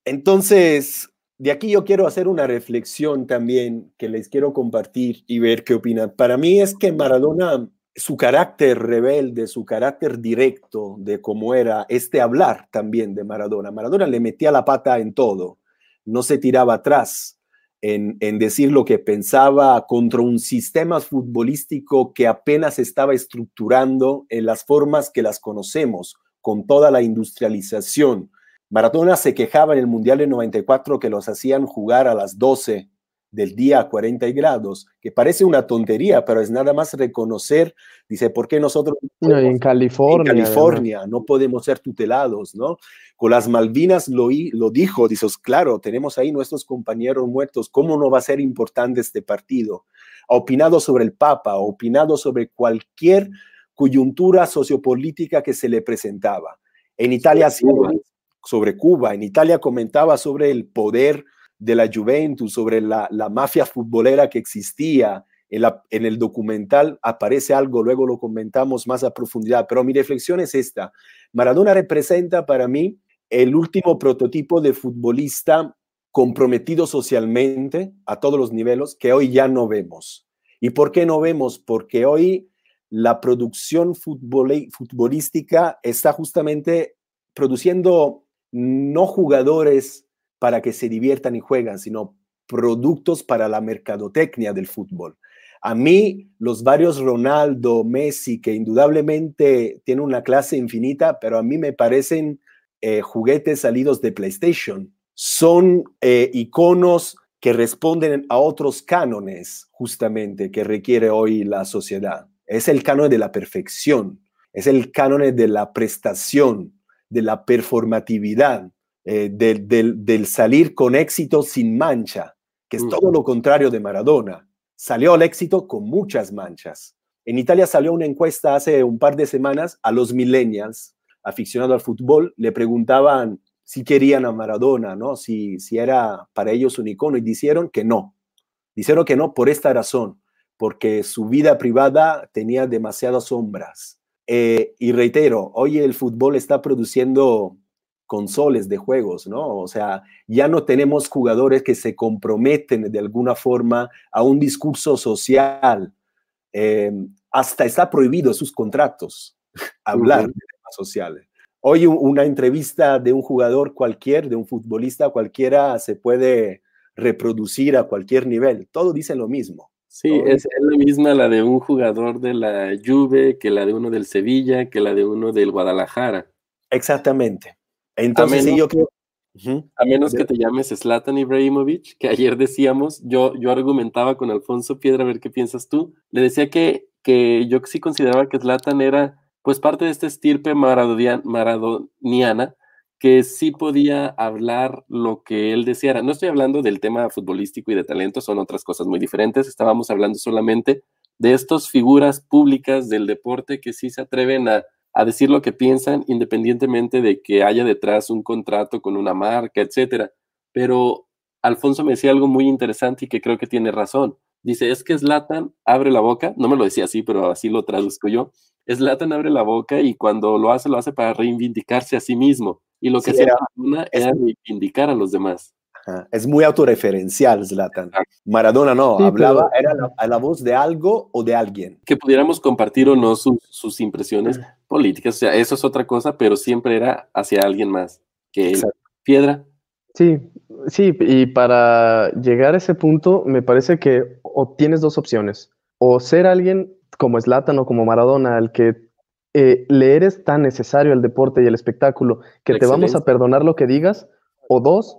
Entonces, de aquí yo quiero hacer una reflexión también que les quiero compartir y ver qué opinan. Para mí es que Maradona, su carácter rebelde, su carácter directo de cómo era este hablar también de Maradona. Maradona le metía la pata en todo, no se tiraba atrás en, en decir lo que pensaba contra un sistema futbolístico que apenas estaba estructurando en las formas que las conocemos, con toda la industrialización. Maradona se quejaba en el Mundial de noventa y cuatro que los hacían jugar a las doce del día a cuarenta grados, que parece una tontería, pero es nada más reconocer, dice, ¿por qué nosotros no, en California, en California no podemos ser tutelados, ¿no? Con las Malvinas lo, lo dijo, dice, claro, tenemos ahí nuestros compañeros muertos, ¿cómo no va a ser importante este partido? Ha opinado sobre el Papa, ha opinado sobre cualquier coyuntura sociopolítica que se le presentaba. En Italia, sí, sobre Cuba, en Italia comentaba sobre el poder de la Juventus, sobre la, la mafia futbolera que existía. En, la, en el documental aparece algo, luego lo comentamos más a profundidad, pero mi reflexión es esta. Maradona representa para mí el último prototipo de futbolista comprometido socialmente a todos los niveles que hoy ya no vemos. ¿Y por qué no vemos? Porque hoy la producción futbol, futbolística está justamente produciendo no jugadores para que se diviertan y juegan, sino productos para la mercadotecnia del fútbol. A mí, los varios Ronaldo, Messi, que indudablemente tienen una clase infinita, pero a mí me parecen eh, juguetes salidos de PlayStation. Son eh, iconos que responden a otros cánones justamente que requiere hoy la sociedad. Es el canon de la perfección, es el canon de la prestación, de la performatividad, eh, del, del, del salir con éxito sin mancha, que es todo lo contrario de Maradona. Salió al éxito con muchas manchas. En Italia salió una encuesta hace un par de semanas a los millennials aficionados al fútbol, le preguntaban si querían a Maradona, ¿no? Si, si era para ellos un icono, y dijeron que no. Dijeron que no por esta razón, porque su vida privada tenía demasiadas sombras. Eh, y reitero, hoy el fútbol está produciendo consoles de juegos, ¿no? O sea, ya no tenemos jugadores que se comprometen de alguna forma a un discurso social. Eh, hasta está prohibido en sus contratos hablar uh-huh. de temas sociales. Hoy una entrevista de un jugador cualquier, de un futbolista cualquiera, se puede reproducir a cualquier nivel. Todos dicen lo mismo. Sí, es, es la misma la de un jugador de la Juve, que la de uno del Sevilla, que la de uno del Guadalajara. Exactamente. Entonces, menos, sí, yo creo... Uh-huh. A menos que te llames Zlatan Ibrahimovic, que ayer decíamos, yo, yo argumentaba con Alfonso Piedra, a ver qué piensas tú. Le decía que, que yo sí consideraba que Zlatan era pues parte de esta estirpe maradoniana, maradoniana, que sí podía hablar lo que él deseara. No estoy hablando del tema futbolístico y de talento, son otras cosas muy diferentes. Estábamos hablando solamente de estas figuras públicas del deporte que sí se atreven a, a decir lo que piensan, independientemente de que haya detrás un contrato con una marca, etcétera. Pero Alfonso me decía algo muy interesante y que creo que tiene razón. Dice, es que Zlatan abre la boca, no me lo decía así, pero así lo traduzco yo. Zlatan abre la boca y cuando lo hace, lo hace para reivindicarse a sí mismo. Y lo que sí, hacía Maradona era reivindicar a los demás. Ajá. Es muy autorreferencial Zlatan. Maradona no, sí, hablaba, pero... era la, a la voz de algo o de alguien. Que pudiéramos compartir o no sus, sus impresiones políticas, o sea, eso es otra cosa, pero siempre era hacia alguien más que él. Piedra. Sí, sí, y para llegar a ese punto, me parece que o tienes dos opciones, o ser alguien como Zlatan o como Maradona, al que eh, le eres tan necesario al deporte y el espectáculo, que la te vamos a perdonar lo que digas, o dos,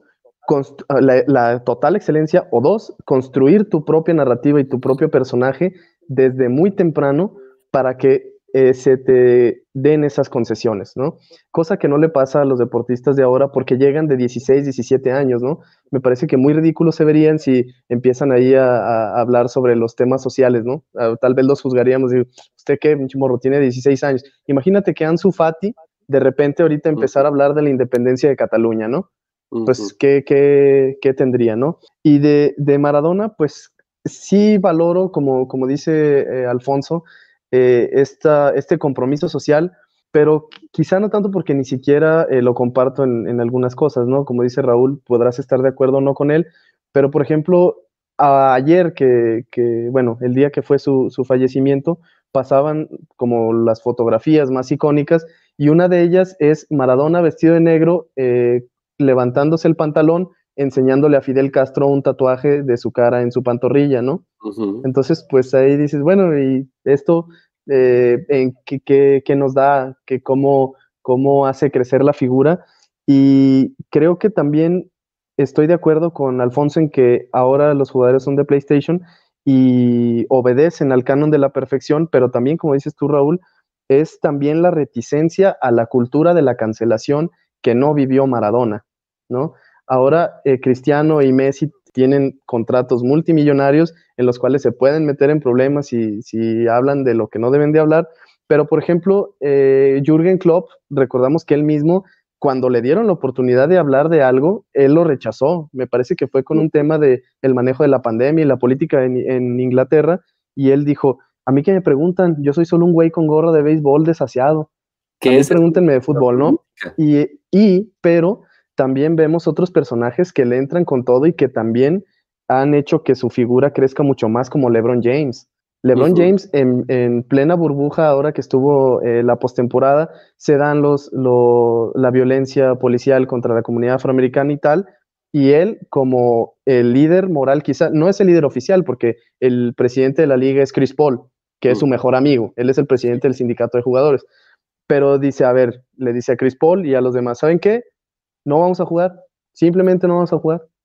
la, la total excelencia, o dos, construir tu propia narrativa y tu propio personaje desde muy temprano para que eh, se te den esas concesiones, ¿no? Cosa que no le pasa a los deportistas de ahora porque llegan de dieciséis, diecisiete años, ¿no? Me parece que muy ridículos se verían si empiezan ahí a, a hablar sobre los temas sociales, ¿no? Uh, tal vez los juzgaríamos, digo, ¿usted qué, morro? Tiene dieciséis años. Imagínate que Ansu Fati de repente ahorita empezar uh-huh. a hablar de la independencia de Cataluña, ¿no? Uh-huh. Pues, ¿qué, qué, qué tendría, no? Y de, de Maradona, pues, sí valoro, como, como dice eh, Alfonso, Eh, esta, este compromiso social, pero quizá no tanto porque ni siquiera eh, lo comparto en, en algunas cosas, ¿no? Como dice Raúl, podrás estar de acuerdo o no con él, pero por ejemplo, a, ayer que, que, bueno, el día que fue su, su fallecimiento, pasaban como las fotografías más icónicas y una de ellas es Maradona vestido de negro, eh, levantándose el pantalón, enseñándole a Fidel Castro un tatuaje de su cara en su pantorrilla, ¿no? Uh-huh. Entonces, pues ahí dices, bueno, y esto, eh, en qué, qué, qué nos da, que cómo, cómo hace crecer la figura. Y creo que también estoy de acuerdo con Alfonso en que ahora los jugadores son de PlayStation y obedecen al canon de la perfección, pero también, como dices tú, Raúl, es también la reticencia a la cultura de la cancelación que no vivió Maradona, ¿no? Ahora eh, Cristiano y Messi tienen contratos multimillonarios en los cuales se pueden meter en problemas si, si hablan de lo que no deben de hablar, pero por ejemplo, eh, Jürgen Klopp, recordamos que él mismo, cuando le dieron la oportunidad de hablar de algo, él lo rechazó. Me parece que fue con un tema de el manejo de la pandemia y la política en, en Inglaterra, y él dijo, a mí que me preguntan, yo soy solo un güey con gorro de béisbol desasiado. A mí pregúntenme de fútbol, ¿no? Y, y, pero también vemos otros personajes que le entran con todo y que también han hecho que su figura crezca mucho más, como LeBron James. LeBron uh-huh. James, en, en plena burbuja, ahora que estuvo eh, la postemporada, se dan los, lo, la violencia policial contra la comunidad afroamericana y tal, y él, como el líder moral, quizá, no es el líder oficial, porque el presidente de la liga es Chris Paul, que uh-huh. es su mejor amigo, él es el presidente del sindicato de jugadores, pero dice, a ver, le dice a Chris Paul y a los demás, ¿saben qué? No vamos a jugar, simplemente no vamos a jugar.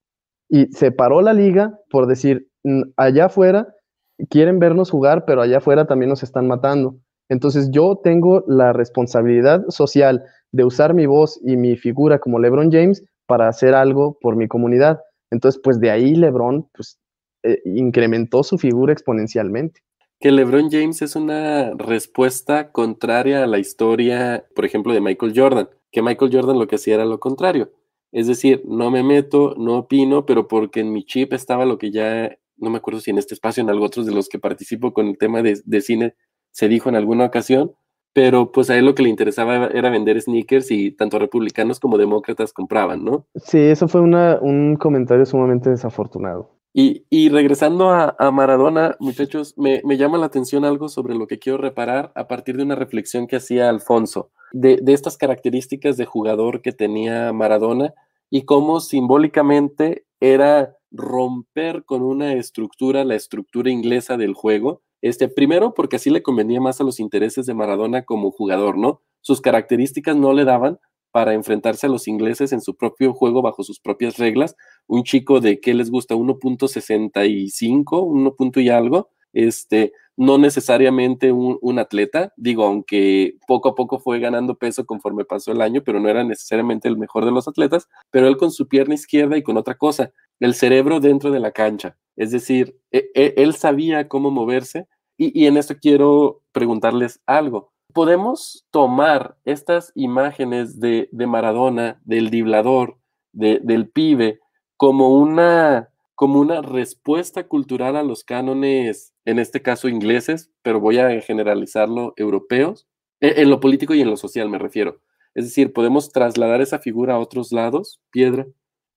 y se paró la liga por decir, allá afuera quieren vernos jugar, pero allá afuera también nos están matando. Entonces yo tengo la responsabilidad social de usar mi voz y mi figura como LeBron James para hacer algo por mi comunidad. Entonces, pues de ahí LeBron pues, eh, incrementó su figura exponencialmente. Que LeBron James es una respuesta contraria a la historia, por ejemplo, de Michael Jordan, que Michael Jordan lo que hacía era lo contrario. Es decir, no me meto, no opino, pero porque en mi chip estaba lo que ya, no me acuerdo si en este espacio, en algo otros de los que participo con el tema de, de cine, se dijo en alguna ocasión, pero pues a él lo que le interesaba era vender sneakers y tanto republicanos como demócratas compraban, ¿no? Sí, eso fue una, un comentario sumamente desafortunado. Y, y regresando a, a Maradona, muchachos, me, me llama la atención algo sobre lo que quiero reparar a partir de una reflexión que hacía Alfonso, de, de estas características de jugador que tenía Maradona y cómo simbólicamente era romper con una estructura, la estructura inglesa del juego. Este, primero, porque así le convenía más a los intereses de Maradona como jugador, ¿no? Sus características no le daban para enfrentarse a los ingleses en su propio juego bajo sus propias reglas. Un chico de, ¿qué les gusta? uno punto sesenta y cinco, uno punto y algo, este, no necesariamente un, un atleta, digo, aunque poco a poco fue ganando peso conforme pasó el año, pero no era necesariamente el mejor de los atletas, pero él con su pierna izquierda y con otra cosa, el cerebro dentro de la cancha, es decir, e, e, él sabía cómo moverse, y, y en esto quiero preguntarles algo. ¿Podemos tomar estas imágenes de, de Maradona, del driblador, de, del pibe, como una, como una respuesta cultural a los cánones, en este caso ingleses, pero voy a generalizarlo, europeos, en, en lo político y en lo social me refiero? Es decir, ¿podemos trasladar esa figura a otros lados, Piedra?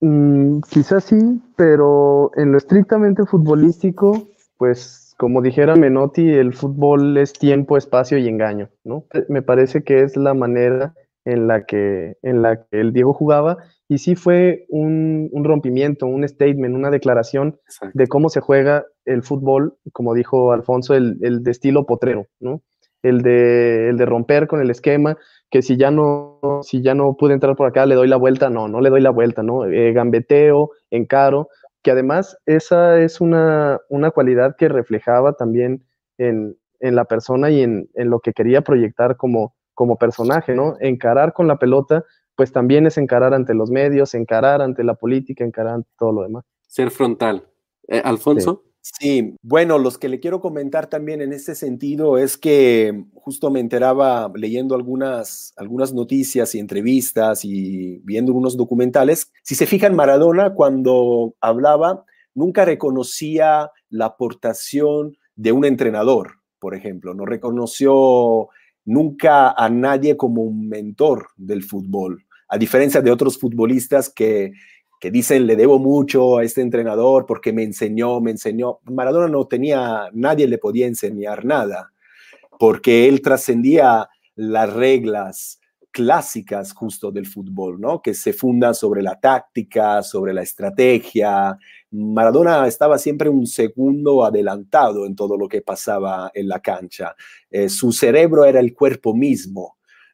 Mm, quizás sí, pero en lo estrictamente futbolístico, pues como dijera Menotti, el fútbol es tiempo, espacio y engaño, ¿no? Me parece que es la manera en la que, en la que el Diego jugaba y sí fue un, un rompimiento, un statement, una declaración Exacto. de cómo se juega el fútbol, como dijo Alfonso, el, el de estilo potrero, ¿no? El de, el de romper con el esquema, que si ya no, si ya no pude entrar por acá, le doy la vuelta, no, no le doy la vuelta, ¿no? Eh, gambeteo, encaro, que además esa es una, una cualidad que reflejaba también en, en la persona y en, en, lo que quería proyectar como, como personaje, ¿no? Encarar con la pelota, pues también es encarar ante los medios, encarar ante la política, encarar ante todo lo demás. Ser frontal. Eh, Alfonso. Sí. Sí, bueno, los que le quiero comentar también en este sentido es que justo me enteraba leyendo algunas, algunas noticias y entrevistas y viendo unos documentales. Si se fijan, Maradona cuando hablaba nunca reconocía la aportación de un entrenador, por ejemplo. No reconoció nunca a nadie como un mentor del fútbol, a diferencia de otros futbolistas que que dicen, le debo mucho a este entrenador porque me enseñó, me enseñó. Maradona no tenía, nadie le podía enseñar nada, porque él trascendía las reglas clásicas justo del fútbol, ¿no? Que se fundan sobre la táctica, sobre la estrategia. Maradona estaba siempre un segundo adelantado en todo lo que pasaba en la cancha. Eh, su cerebro era el cuerpo mismo.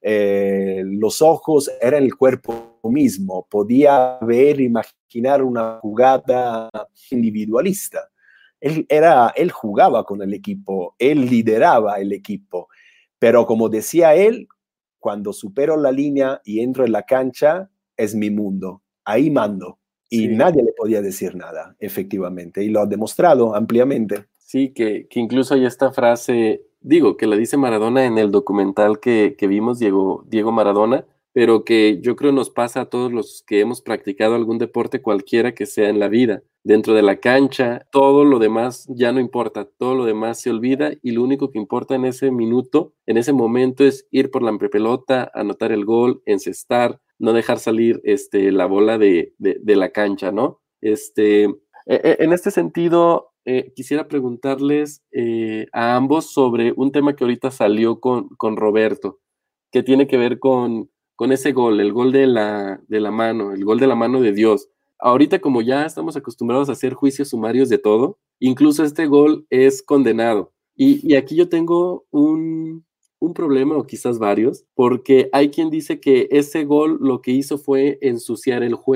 Eh, los ojos eran el cuerpo mismo, podía ver, imaginar una jugada individualista. Él, era, él jugaba con el equipo, él lideraba el equipo, pero como decía él, cuando supero la línea y entro en la cancha, es mi mundo, ahí mando. Y sí. Nadie le podía decir nada, efectivamente, y lo ha demostrado ampliamente. Sí, que, que incluso hay esta frase, digo, que la dice Maradona en el documental que, que vimos, Diego, Diego Maradona, pero que yo creo nos pasa a todos los que hemos practicado algún deporte, cualquiera que sea en la vida. Dentro de la cancha, todo lo demás ya no importa, todo lo demás se olvida y lo único que importa en ese minuto, en ese momento es ir por la pelota, anotar el gol, encestar, no dejar salir este, la bola de, de, de la cancha, ¿no? Este, en este sentido, eh, quisiera preguntarles eh, a ambos sobre un tema que ahorita salió con, con Roberto, que tiene que ver con, con ese gol, el gol de la, de la mano, el gol de la mano de Dios. Ahorita como ya estamos acostumbrados a hacer juicios sumarios de todo, incluso este gol es condenado. Y, y aquí yo tengo un, un problema, o quizás varios, porque hay quien dice que ese gol lo que hizo fue ensuciar el juego.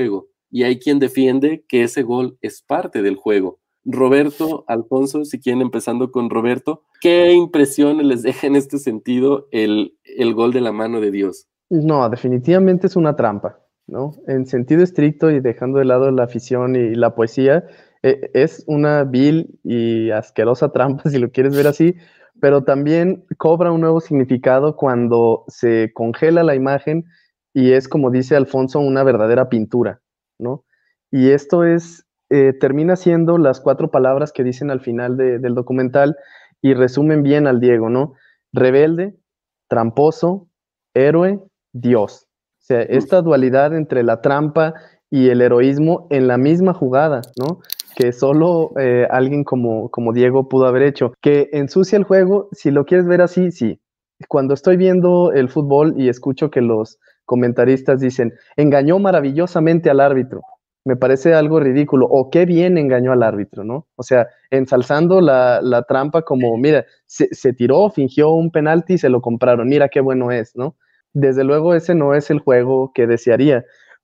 y hay quien defiende que ese gol es parte del juego. Roberto, Alfonso, si quieren empezando con Roberto, ¿qué impresiones les deja en este sentido el, el gol de la mano de Dios? No, definitivamente es una trampa, ¿no? En sentido estricto y dejando de lado la afición y la poesía, eh, es una vil y asquerosa trampa, si lo quieres ver así, pero también cobra un nuevo significado cuando se congela la imagen y es, como dice Alfonso, una verdadera pintura, ¿no? Y esto es, eh, termina siendo las cuatro palabras que dicen al final de, del documental y resumen bien al Diego, ¿no? Rebelde, tramposo, héroe, Dios. O sea, esta dualidad entre la trampa y el heroísmo en la misma jugada, ¿no? Que solo eh, alguien como, como Diego pudo haber hecho. Que ensucia el juego, si lo quieres ver así, sí. Cuando estoy viendo el fútbol y escucho que los comentaristas dicen, engañó maravillosamente al árbitro, me parece algo ridículo, o qué bien engañó al árbitro, ¿no? O sea, ensalzando la, la trampa como, mira, se, se tiró, fingió un penalti y se lo compraron, mira qué bueno es, ¿no? Desde luego ese no es el juego que desearía,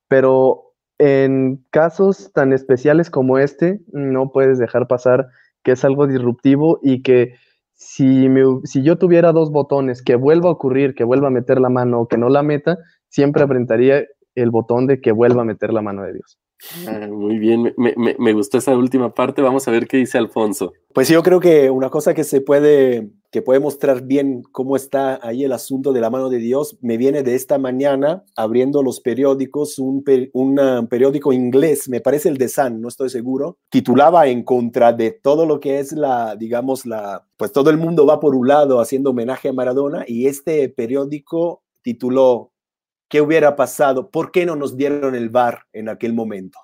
pero en casos tan especiales como este, no puedes dejar pasar que es algo disruptivo y que si, me, si yo tuviera dos botones, que vuelva a ocurrir, que vuelva a meter la mano o que no la meta, siempre apretaría el botón de que vuelva a meter la mano de Dios. Ah, muy bien, me, me, me gustó esa última parte. Vamos a ver qué dice Alfonso. Pues yo creo que una cosa que se puede, que puede mostrar bien cómo está ahí el asunto de la mano de Dios, me viene de esta mañana abriendo los periódicos, un, un uh, periódico inglés, me parece el The Sun, no estoy seguro, titulaba en contra de todo lo que es la, digamos, la, pues todo el mundo va por un lado haciendo homenaje a Maradona, y este periódico tituló ¿qué hubiera pasado? ¿Por qué no nos dieron el V A R en aquel momento?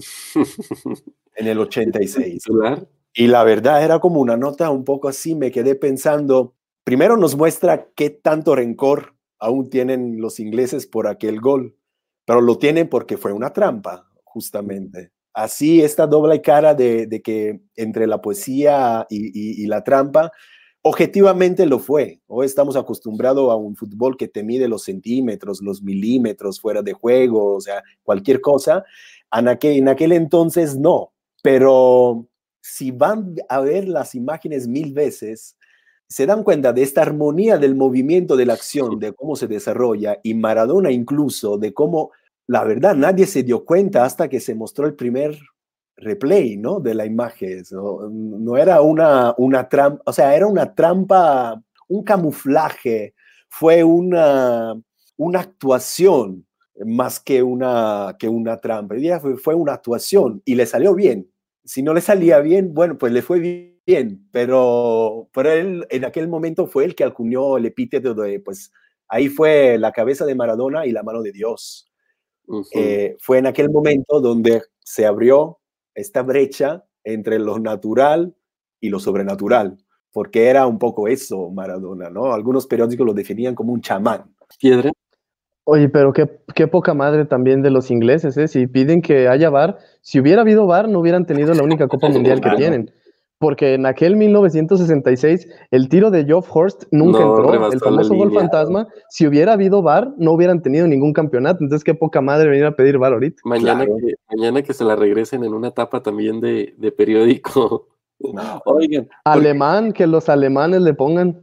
En el ochenta y seis. Y la verdad era como una nota un poco así, me quedé pensando, primero nos muestra qué tanto rencor aún tienen los ingleses por aquel gol, pero lo tienen porque fue una trampa, justamente. Así esta doble cara de, de que entre la poesía y, y, y la trampa, objetivamente lo fue. Hoy estamos acostumbrados a un fútbol que te mide los centímetros, los milímetros fuera de juego, o sea, cualquier cosa. En aquel, en aquel entonces no, pero si van a ver las imágenes mil veces, se dan cuenta de esta armonía del movimiento, de la acción, de cómo se desarrolla, y Maradona incluso, de cómo, la verdad, nadie se dio cuenta hasta que se mostró el primer replay, ¿no? De la imagen. No, no era una, una trampa, o sea, era una trampa, un camuflaje, fue una, una actuación más que una, que una trampa. Fue, fue una actuación y le salió bien. Si no le salía bien, bueno, pues le fue bien, pero, pero él en aquel momento fue el que acuñó el epíteto de, pues, ahí fue la cabeza de Maradona y la mano de Dios. Uh-huh. Eh, fue en aquel momento donde se abrió esta brecha entre lo natural y lo sobrenatural, porque era un poco eso Maradona, ¿no? Algunos periódicos lo definían como un chamán. ¿Piedra? Oye, pero qué, qué poca madre también de los ingleses, ¿eh? Si piden que haya V A R, si hubiera habido V A R no hubieran tenido la única Copa Mundial que tienen, porque en aquel mil novecientos sesenta y seis el tiro de Geoff Hurst nunca no, entró, el famoso gol fantasma. Si hubiera habido V A R no hubieran tenido ningún campeonato, entonces qué poca madre venir a pedir V A R ahorita. Mañana, claro. que, mañana que se la regresen en una tapa también de, de periódico. No, oigan. Alemán, porque... que los alemanes le pongan.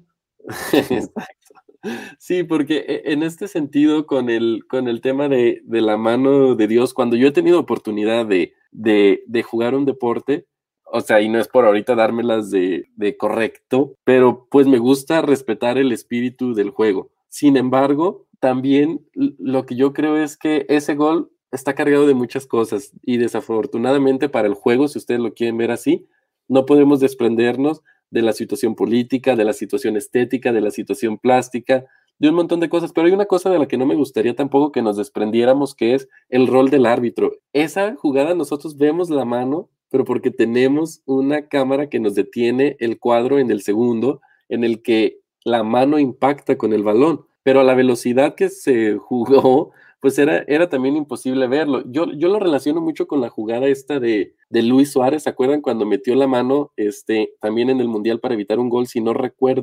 Sí, porque en este sentido, con el, con el tema de, de la mano de Dios, cuando yo he tenido oportunidad de, de, de jugar un deporte, o sea, y no es por ahorita dármelas de, de correcto, pero pues me gusta respetar el espíritu del juego. Sin embargo, también lo que yo creo es que ese gol está cargado de muchas cosas y desafortunadamente para el juego, si ustedes lo quieren ver así, no podemos desprendernos de la situación política, de la situación estética, de la situación plástica, de un montón de cosas, pero hay una cosa de la que no me gustaría tampoco que nos desprendiéramos, que es el rol del árbitro. Esa jugada nosotros vemos la mano, pero porque tenemos una cámara que nos detiene el cuadro en el segundo, en el que la mano impacta con el balón, pero a la velocidad que se jugó, pues era, era también imposible verlo. Yo, yo lo relaciono mucho con la jugada esta de, de Luis Suárez, ¿se acuerdan cuando metió la mano este, también en el Mundial para evitar un gol? Si no recuerdo,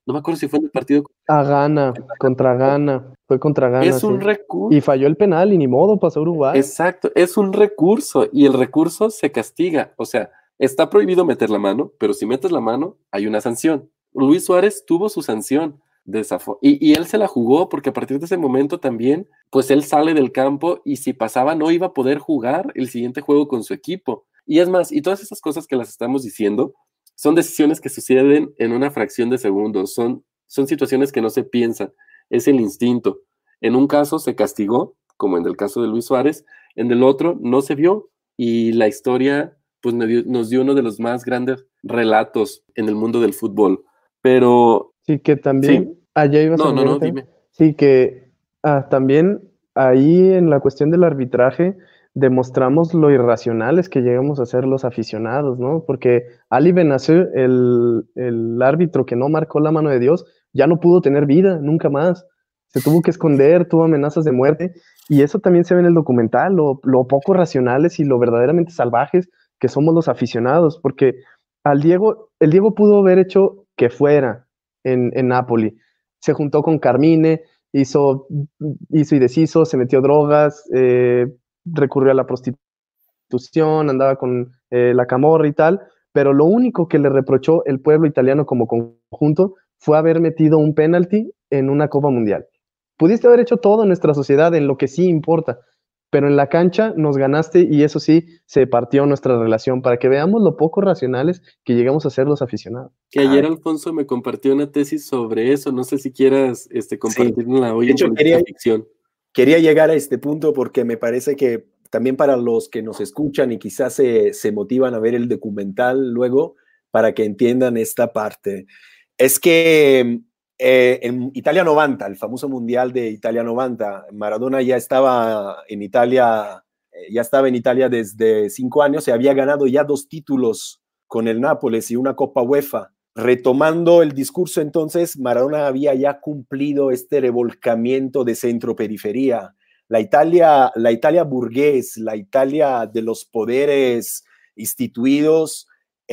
No me acuerdo si fue en el partido. A Ghana, contra Ghana, fue contra Ghana, Es un sí. recurso. Y falló el penal y ni modo, pasó Uruguay. Exacto, es un recurso y el recurso se castiga. O sea, está prohibido meter la mano, pero si metes la mano, hay una sanción. Luis Suárez tuvo su sanción de esa fo- y, y él se la jugó porque a partir de ese momento también, pues él sale del campo y si pasaba no iba a poder jugar el siguiente juego con su equipo. Y es más, y todas esas cosas que las estamos diciendo son decisiones que suceden en una fracción de segundos, son, son situaciones que no se piensan, es el instinto. En un caso se castigó, como en el caso de Luis Suárez, en el otro no se vio y la historia pues nos dio, nos dio uno de los más grandes relatos en el mundo del fútbol. Pero Sí, que también, sí, allá ibas a no, no, no, comentar, dime. sí, que ah, también ahí en la cuestión del arbitraje demostramos lo irracionales que llegamos a ser los aficionados, ¿no? Porque Ali Benazir, el, el árbitro que no marcó la mano de Dios, ya no pudo tener vida, nunca más. Se tuvo que esconder, tuvo amenazas de muerte, y eso también se ve en el documental, lo, lo poco racionales y lo verdaderamente salvajes que somos los aficionados, porque al Diego, el Diego pudo haber hecho que fuera en, en Napoli. Se juntó con Carmine, hizo, hizo y deshizo, se metió drogas, eh, recurrió a la prostitución, andaba con eh, la camorra y tal, pero lo único que le reprochó el pueblo italiano como conjunto fue haber metido un penalti en una Copa Mundial. Pudiste haber hecho todo en nuestra sociedad, en lo que sí importa, pero en la cancha nos ganaste y eso sí, se partió nuestra relación para que veamos lo poco racionales que llegamos a ser los aficionados. Que ayer Alfonso me compartió una tesis sobre eso, no sé si quieras este, compartirla Sí. hoy De en hecho, Política quería, Ficción. quería llegar a este punto porque me parece que también para los que nos escuchan y quizás se, se motivan a ver el documental luego, para que entiendan esta parte. Es que eh, en Italia noventa, el famoso Mundial de Italia noventa, Maradona ya estaba en Italia, eh, ya estaba en Italia desde cinco años, se había ganado ya dos títulos con el Nápoles y una Copa UEFA. Retomando el discurso entonces, Maradona había ya cumplido este revolcamiento de centro-periferia. La Italia, la Italia burgués, la Italia de los poderes instituidos,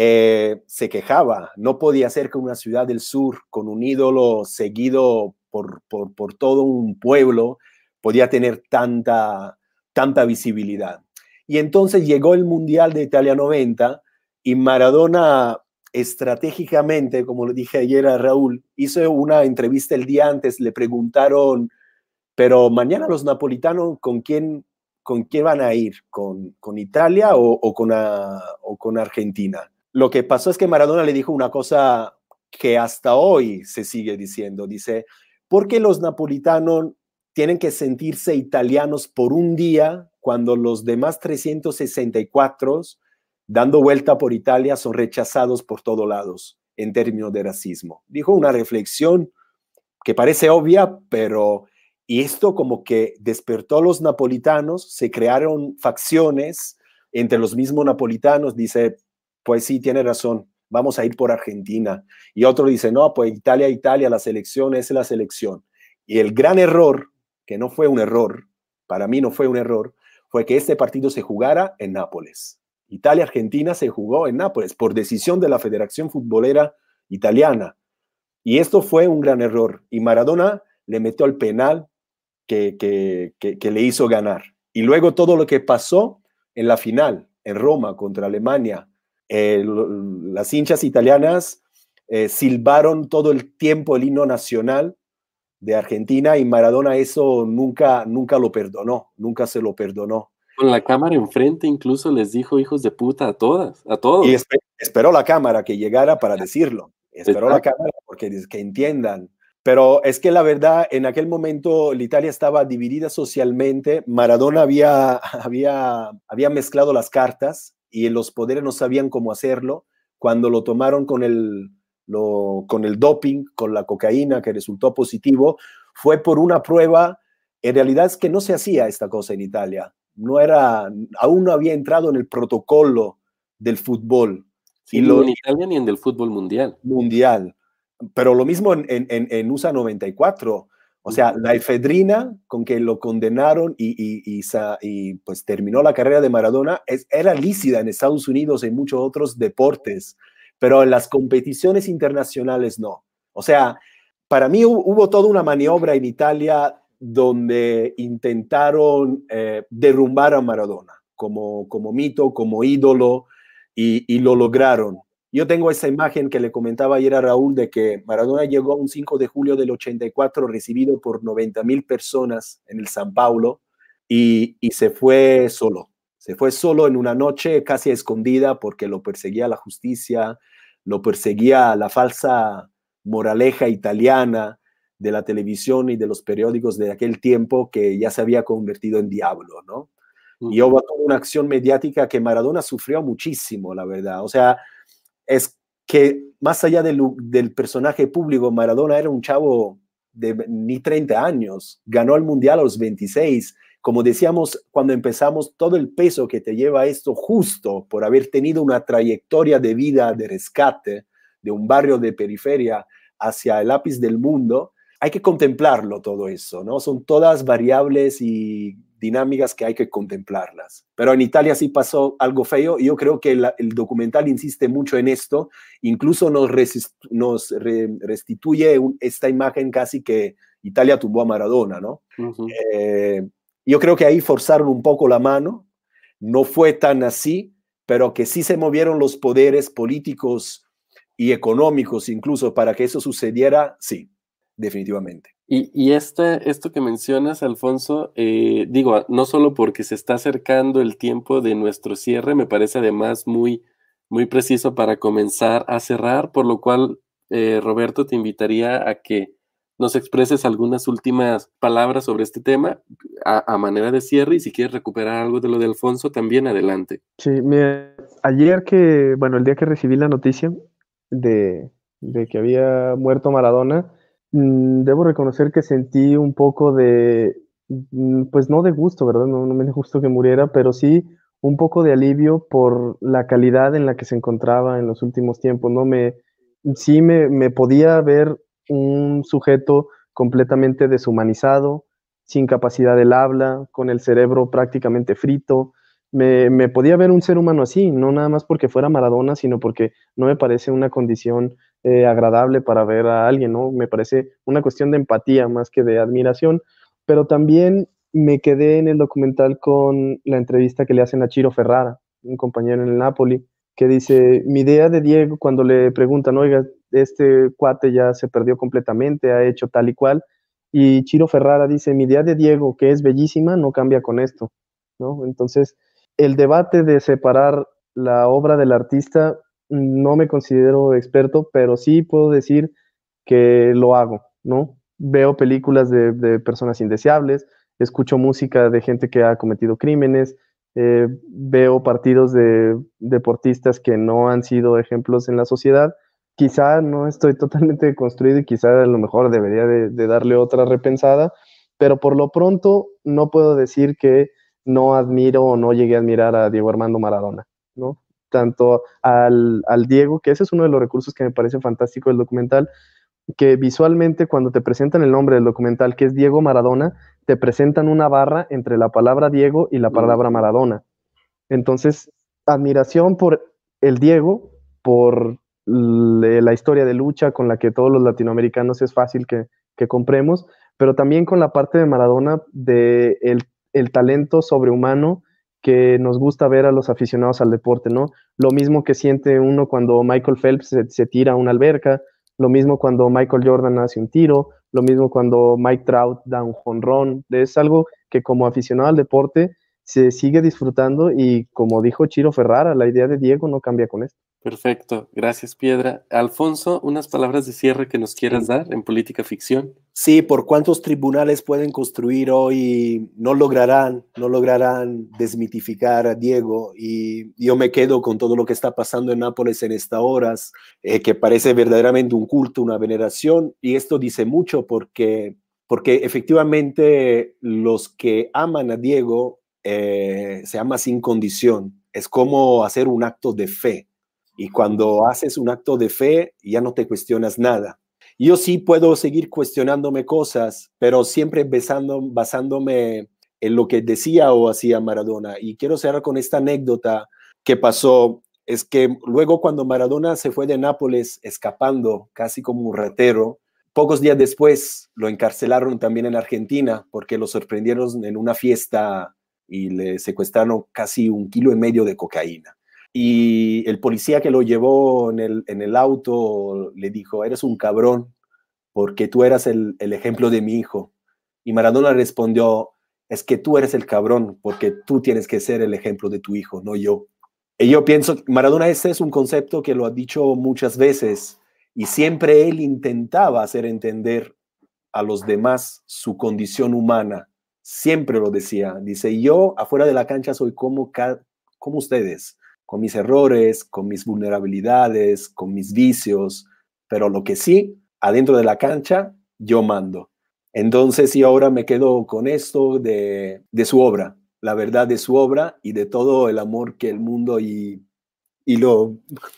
eh, se quejaba. No podía ser que una ciudad del sur con un ídolo seguido por, por, por todo un pueblo podía tener tanta, tanta visibilidad. Y entonces llegó el Mundial de Italia noventa y Maradona estratégicamente, como le dije ayer a Raúl, hizo una entrevista el día antes, le preguntaron, pero mañana los napolitanos, ¿con quién, con quién van a ir? ¿Con, con Italia o, o, con a, o con Argentina? Lo que pasó es que Maradona le dijo una cosa que hasta hoy se sigue diciendo, dice, ¿por qué los napolitanos tienen que sentirse italianos por un día cuando los demás trescientos sesenta y cuatro dando vuelta por Italia son rechazados por todos lados en términos de racismo? Dijo una reflexión que parece obvia, pero y esto como que despertó a los napolitanos, se crearon facciones entre los mismos napolitanos, dice, pues sí, tiene razón, vamos a ir por Argentina. Y otro dice, no, pues Italia, Italia, la selección es la selección. Y el gran error, que no fue un error, para mí no fue un error, fue que este partido se jugara en Nápoles. Italia-Argentina se jugó en Nápoles por decisión de la Federación Futbolera Italiana. Y esto fue un gran error. Y Maradona le metió el penal que, que, que, que le hizo ganar. Y luego todo lo que pasó en la final, en Roma, contra Alemania, eh, las hinchas italianas eh, silbaron todo el tiempo el himno nacional de Argentina y Maradona eso nunca, nunca lo perdonó, nunca se lo perdonó. Con la cámara enfrente incluso les dijo hijos de puta a todas, a todos. Y esper esperó la cámara que llegara para decirlo. Esperó Exacto. la cámara porque que entiendan. Pero es que la verdad, en aquel momento la Italia estaba dividida socialmente. Maradona había, había, había mezclado las cartas y los poderes no sabían cómo hacerlo. Cuando lo tomaron con el, lo, con el doping, con la cocaína que resultó positivo, fue por una prueba. En realidad es que no se hacía esta cosa en Italia. No era, aún no había entrado en el protocolo del fútbol. Sí, y ni lo, en Italia ni en el fútbol mundial. Mundial. Pero lo mismo en, en, en U S A noventa y cuatro. O sea, la efedrina con que lo condenaron y, y, y, y pues terminó la carrera de Maradona es, era lícita en Estados Unidos y en muchos otros deportes, pero en las competiciones internacionales no. O sea, para mí hubo, hubo toda una maniobra en Italia donde intentaron eh, derrumbar a Maradona como, como mito, como ídolo, y, y lo lograron. Yo tengo esa imagen que le comentaba ayer a Raúl de que Maradona llegó un cinco de julio del ochenta y cuatro recibido por noventa mil personas en el San Paulo y, y se fue solo. Se fue solo en una noche casi escondida porque lo perseguía la justicia, lo perseguía la falsa moraleja italiana de la televisión y de los periódicos de aquel tiempo que ya se había convertido en diablo, ¿no? Uh-huh. Y hubo toda una acción mediática que Maradona sufrió muchísimo, la verdad. O sea, es que más allá del, del personaje público, Maradona era un chavo de ni treinta años, ganó el Mundial a los veintiséis. Como decíamos cuando empezamos, todo el peso que te lleva esto justo por haber tenido una trayectoria de vida, de rescate, de un barrio de periferia hacia el ápice del mundo, hay que contemplarlo todo eso, ¿no? Son todas variables y dinámicas que hay que contemplarlas. Pero en Italia sí pasó algo feo y yo creo que la, el documental insiste mucho en esto, incluso nos, resist, nos re, restituye un, esta imagen casi que Italia tumbó a Maradona, ¿no? Uh-huh. Eh, yo creo que ahí forzaron un poco la mano, no fue tan así, pero que sí se movieron los poderes políticos y económicos incluso para que eso sucediera, sí, definitivamente. Y, y este, esto que mencionas, Alfonso, eh, digo, no solo porque se está acercando el tiempo de nuestro cierre, me parece además muy, muy preciso para comenzar a cerrar, por lo cual, eh, Roberto, te invitaría a que nos expreses algunas últimas palabras sobre este tema a, a manera de cierre, y si quieres recuperar algo de lo de Alfonso, también adelante. Sí, mira, ayer que, bueno, el día que recibí la noticia de, de que había muerto Maradona, mmm, debo reconocer que sentí un poco de, mmm, pues no de gusto, ¿verdad? No, no me dio gusto que muriera, pero sí un poco de alivio por la calidad en la que se encontraba en los últimos tiempos, ¿no? Me, sí me, me podía ver un sujeto completamente deshumanizado, sin capacidad del habla, con el cerebro prácticamente frito. Me, me podía ver un ser humano así, no nada más porque fuera Maradona, sino porque no me parece una condición eh, agradable para ver a alguien, ¿no? Me parece una cuestión de empatía más que de admiración, pero también me quedé en el documental con la entrevista que le hacen a Ciro Ferrara, un compañero en el Napoli, que dice, mi idea de Diego, cuando le preguntan, oiga, este cuate ya se perdió completamente, ha hecho tal y cual, y Ciro Ferrara dice, mi idea de Diego, que es bellísima, no cambia con esto, ¿no? Entonces, el debate de separar la obra del artista, no me considero experto, pero sí puedo decir que lo hago, ¿no? Veo películas de, de personas indeseables, escucho música de gente que ha cometido crímenes, eh, veo partidos de deportistas que no han sido ejemplos en la sociedad. Quizá no estoy totalmente construido y quizá a lo mejor debería de, de darle otra repensada, pero por lo pronto no puedo decir que no admiro o no llegué a admirar a Diego Armando Maradona, ¿no? Tanto al, al Diego, que ese es uno de los recursos que me parece fantástico del documental, que visualmente cuando te presentan el nombre del documental, que es Diego Maradona, te presentan una barra entre la palabra Diego y la palabra Maradona. Entonces, admiración por el Diego, por la historia de lucha con la que todos los latinoamericanos es fácil que, que compremos, pero también con la parte de Maradona de el, el talento sobrehumano que nos gusta ver a los aficionados al deporte, ¿no? Lo mismo que siente uno cuando Michael Phelps se, se tira a una alberca, lo mismo cuando Michael Jordan hace un tiro, lo mismo cuando Mike Trout da un jonrón. Es algo que como aficionado al deporte se sigue disfrutando y como dijo Ciro Ferrara, la idea de Diego no cambia con esto. Perfecto, gracias Piedra. Alfonso, unas palabras de cierre que nos quieras dar en política ficción. Sí, por cuántos tribunales pueden construir hoy, no lograrán, no lograrán desmitificar a Diego, y yo me quedo con todo lo que está pasando en Nápoles en estas horas, eh, que parece verdaderamente un culto, una veneración, y esto dice mucho porque, porque efectivamente los que aman a Diego eh, se aman sin condición, es como hacer un acto de fe. Y cuando haces un acto de fe, ya no te cuestionas nada. Yo sí puedo seguir cuestionándome cosas, pero siempre besando, basándome en lo que decía o hacía Maradona. Y quiero cerrar con esta anécdota que pasó es que luego cuando Maradona se fue de Nápoles escapando casi como un ratero, pocos días después lo encarcelaron también en Argentina porque lo sorprendieron en una fiesta y le secuestraron casi un kilo y medio de cocaína. Y el policía que lo llevó en el, en el auto le dijo, eres un cabrón porque tú eras el, el ejemplo de mi hijo. Y Maradona respondió, es que tú eres el cabrón porque tú tienes que ser el ejemplo de tu hijo, no yo. Y yo pienso, Maradona ese es un concepto que lo ha dicho muchas veces y siempre él intentaba hacer entender a los demás su condición humana. Siempre lo decía. Dice, yo afuera de la cancha soy como, como ustedes, con mis errores, con mis vulnerabilidades, con mis vicios, pero lo que sí, adentro de la cancha, yo mando. Entonces, y ahora me quedo con esto de, de su obra, la verdad de su obra y de todo el amor que el mundo y, y lo,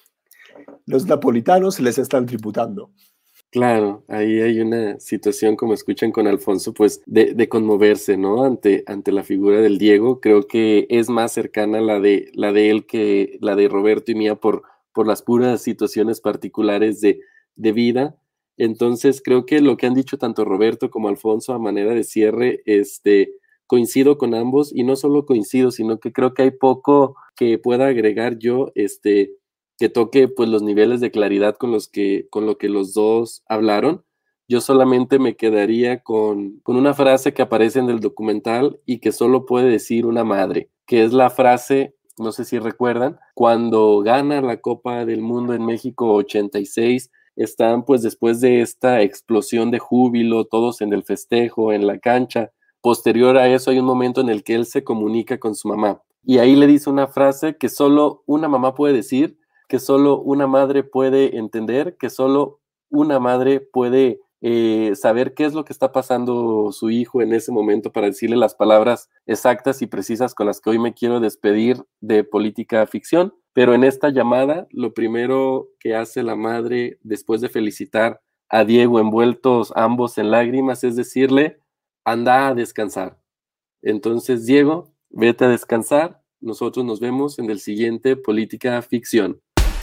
los napolitanos les están tributando. Claro, ahí hay una situación, como escuchan con Alfonso, pues de, de conmoverse, ¿no? Ante, ante la figura del Diego. Creo que es más cercana la de, la de él que la de Roberto y mía por, por las puras situaciones particulares de, de vida. Entonces, creo que lo que han dicho tanto Roberto como Alfonso a manera de cierre, este, coincido con ambos, y no solo coincido, sino que creo que hay poco que pueda agregar yo, este, que toque pues los niveles de claridad con los que, con lo que los dos hablaron. Yo solamente me quedaría con, con una frase que aparece en el documental y que solo puede decir una madre, que es la frase, no sé si recuerdan, cuando gana la Copa del Mundo en México ochenta y seis, están pues después de esta explosión de júbilo, todos en el festejo, en la cancha. Posterior a eso hay un momento en el que él se comunica con su mamá y ahí le dice una frase que solo una mamá puede decir, que solo una madre puede entender, que solo una madre puede eh, saber qué es lo que está pasando su hijo en ese momento para decirle las palabras exactas y precisas con las que hoy me quiero despedir de Política Ficción. Pero en esta llamada, lo primero que hace la madre después de felicitar a Diego envueltos ambos en lágrimas es decirle, anda a descansar. Entonces, Diego, vete a descansar. Nosotros nos vemos en el siguiente Política Ficción.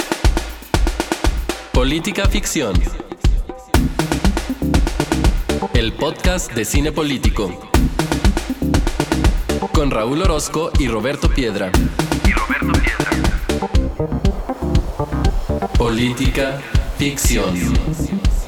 Política Ficción. El podcast de cine político. Con Raúl Orozco y Roberto Piedra. Y Roberto Piedra. Política Ficción.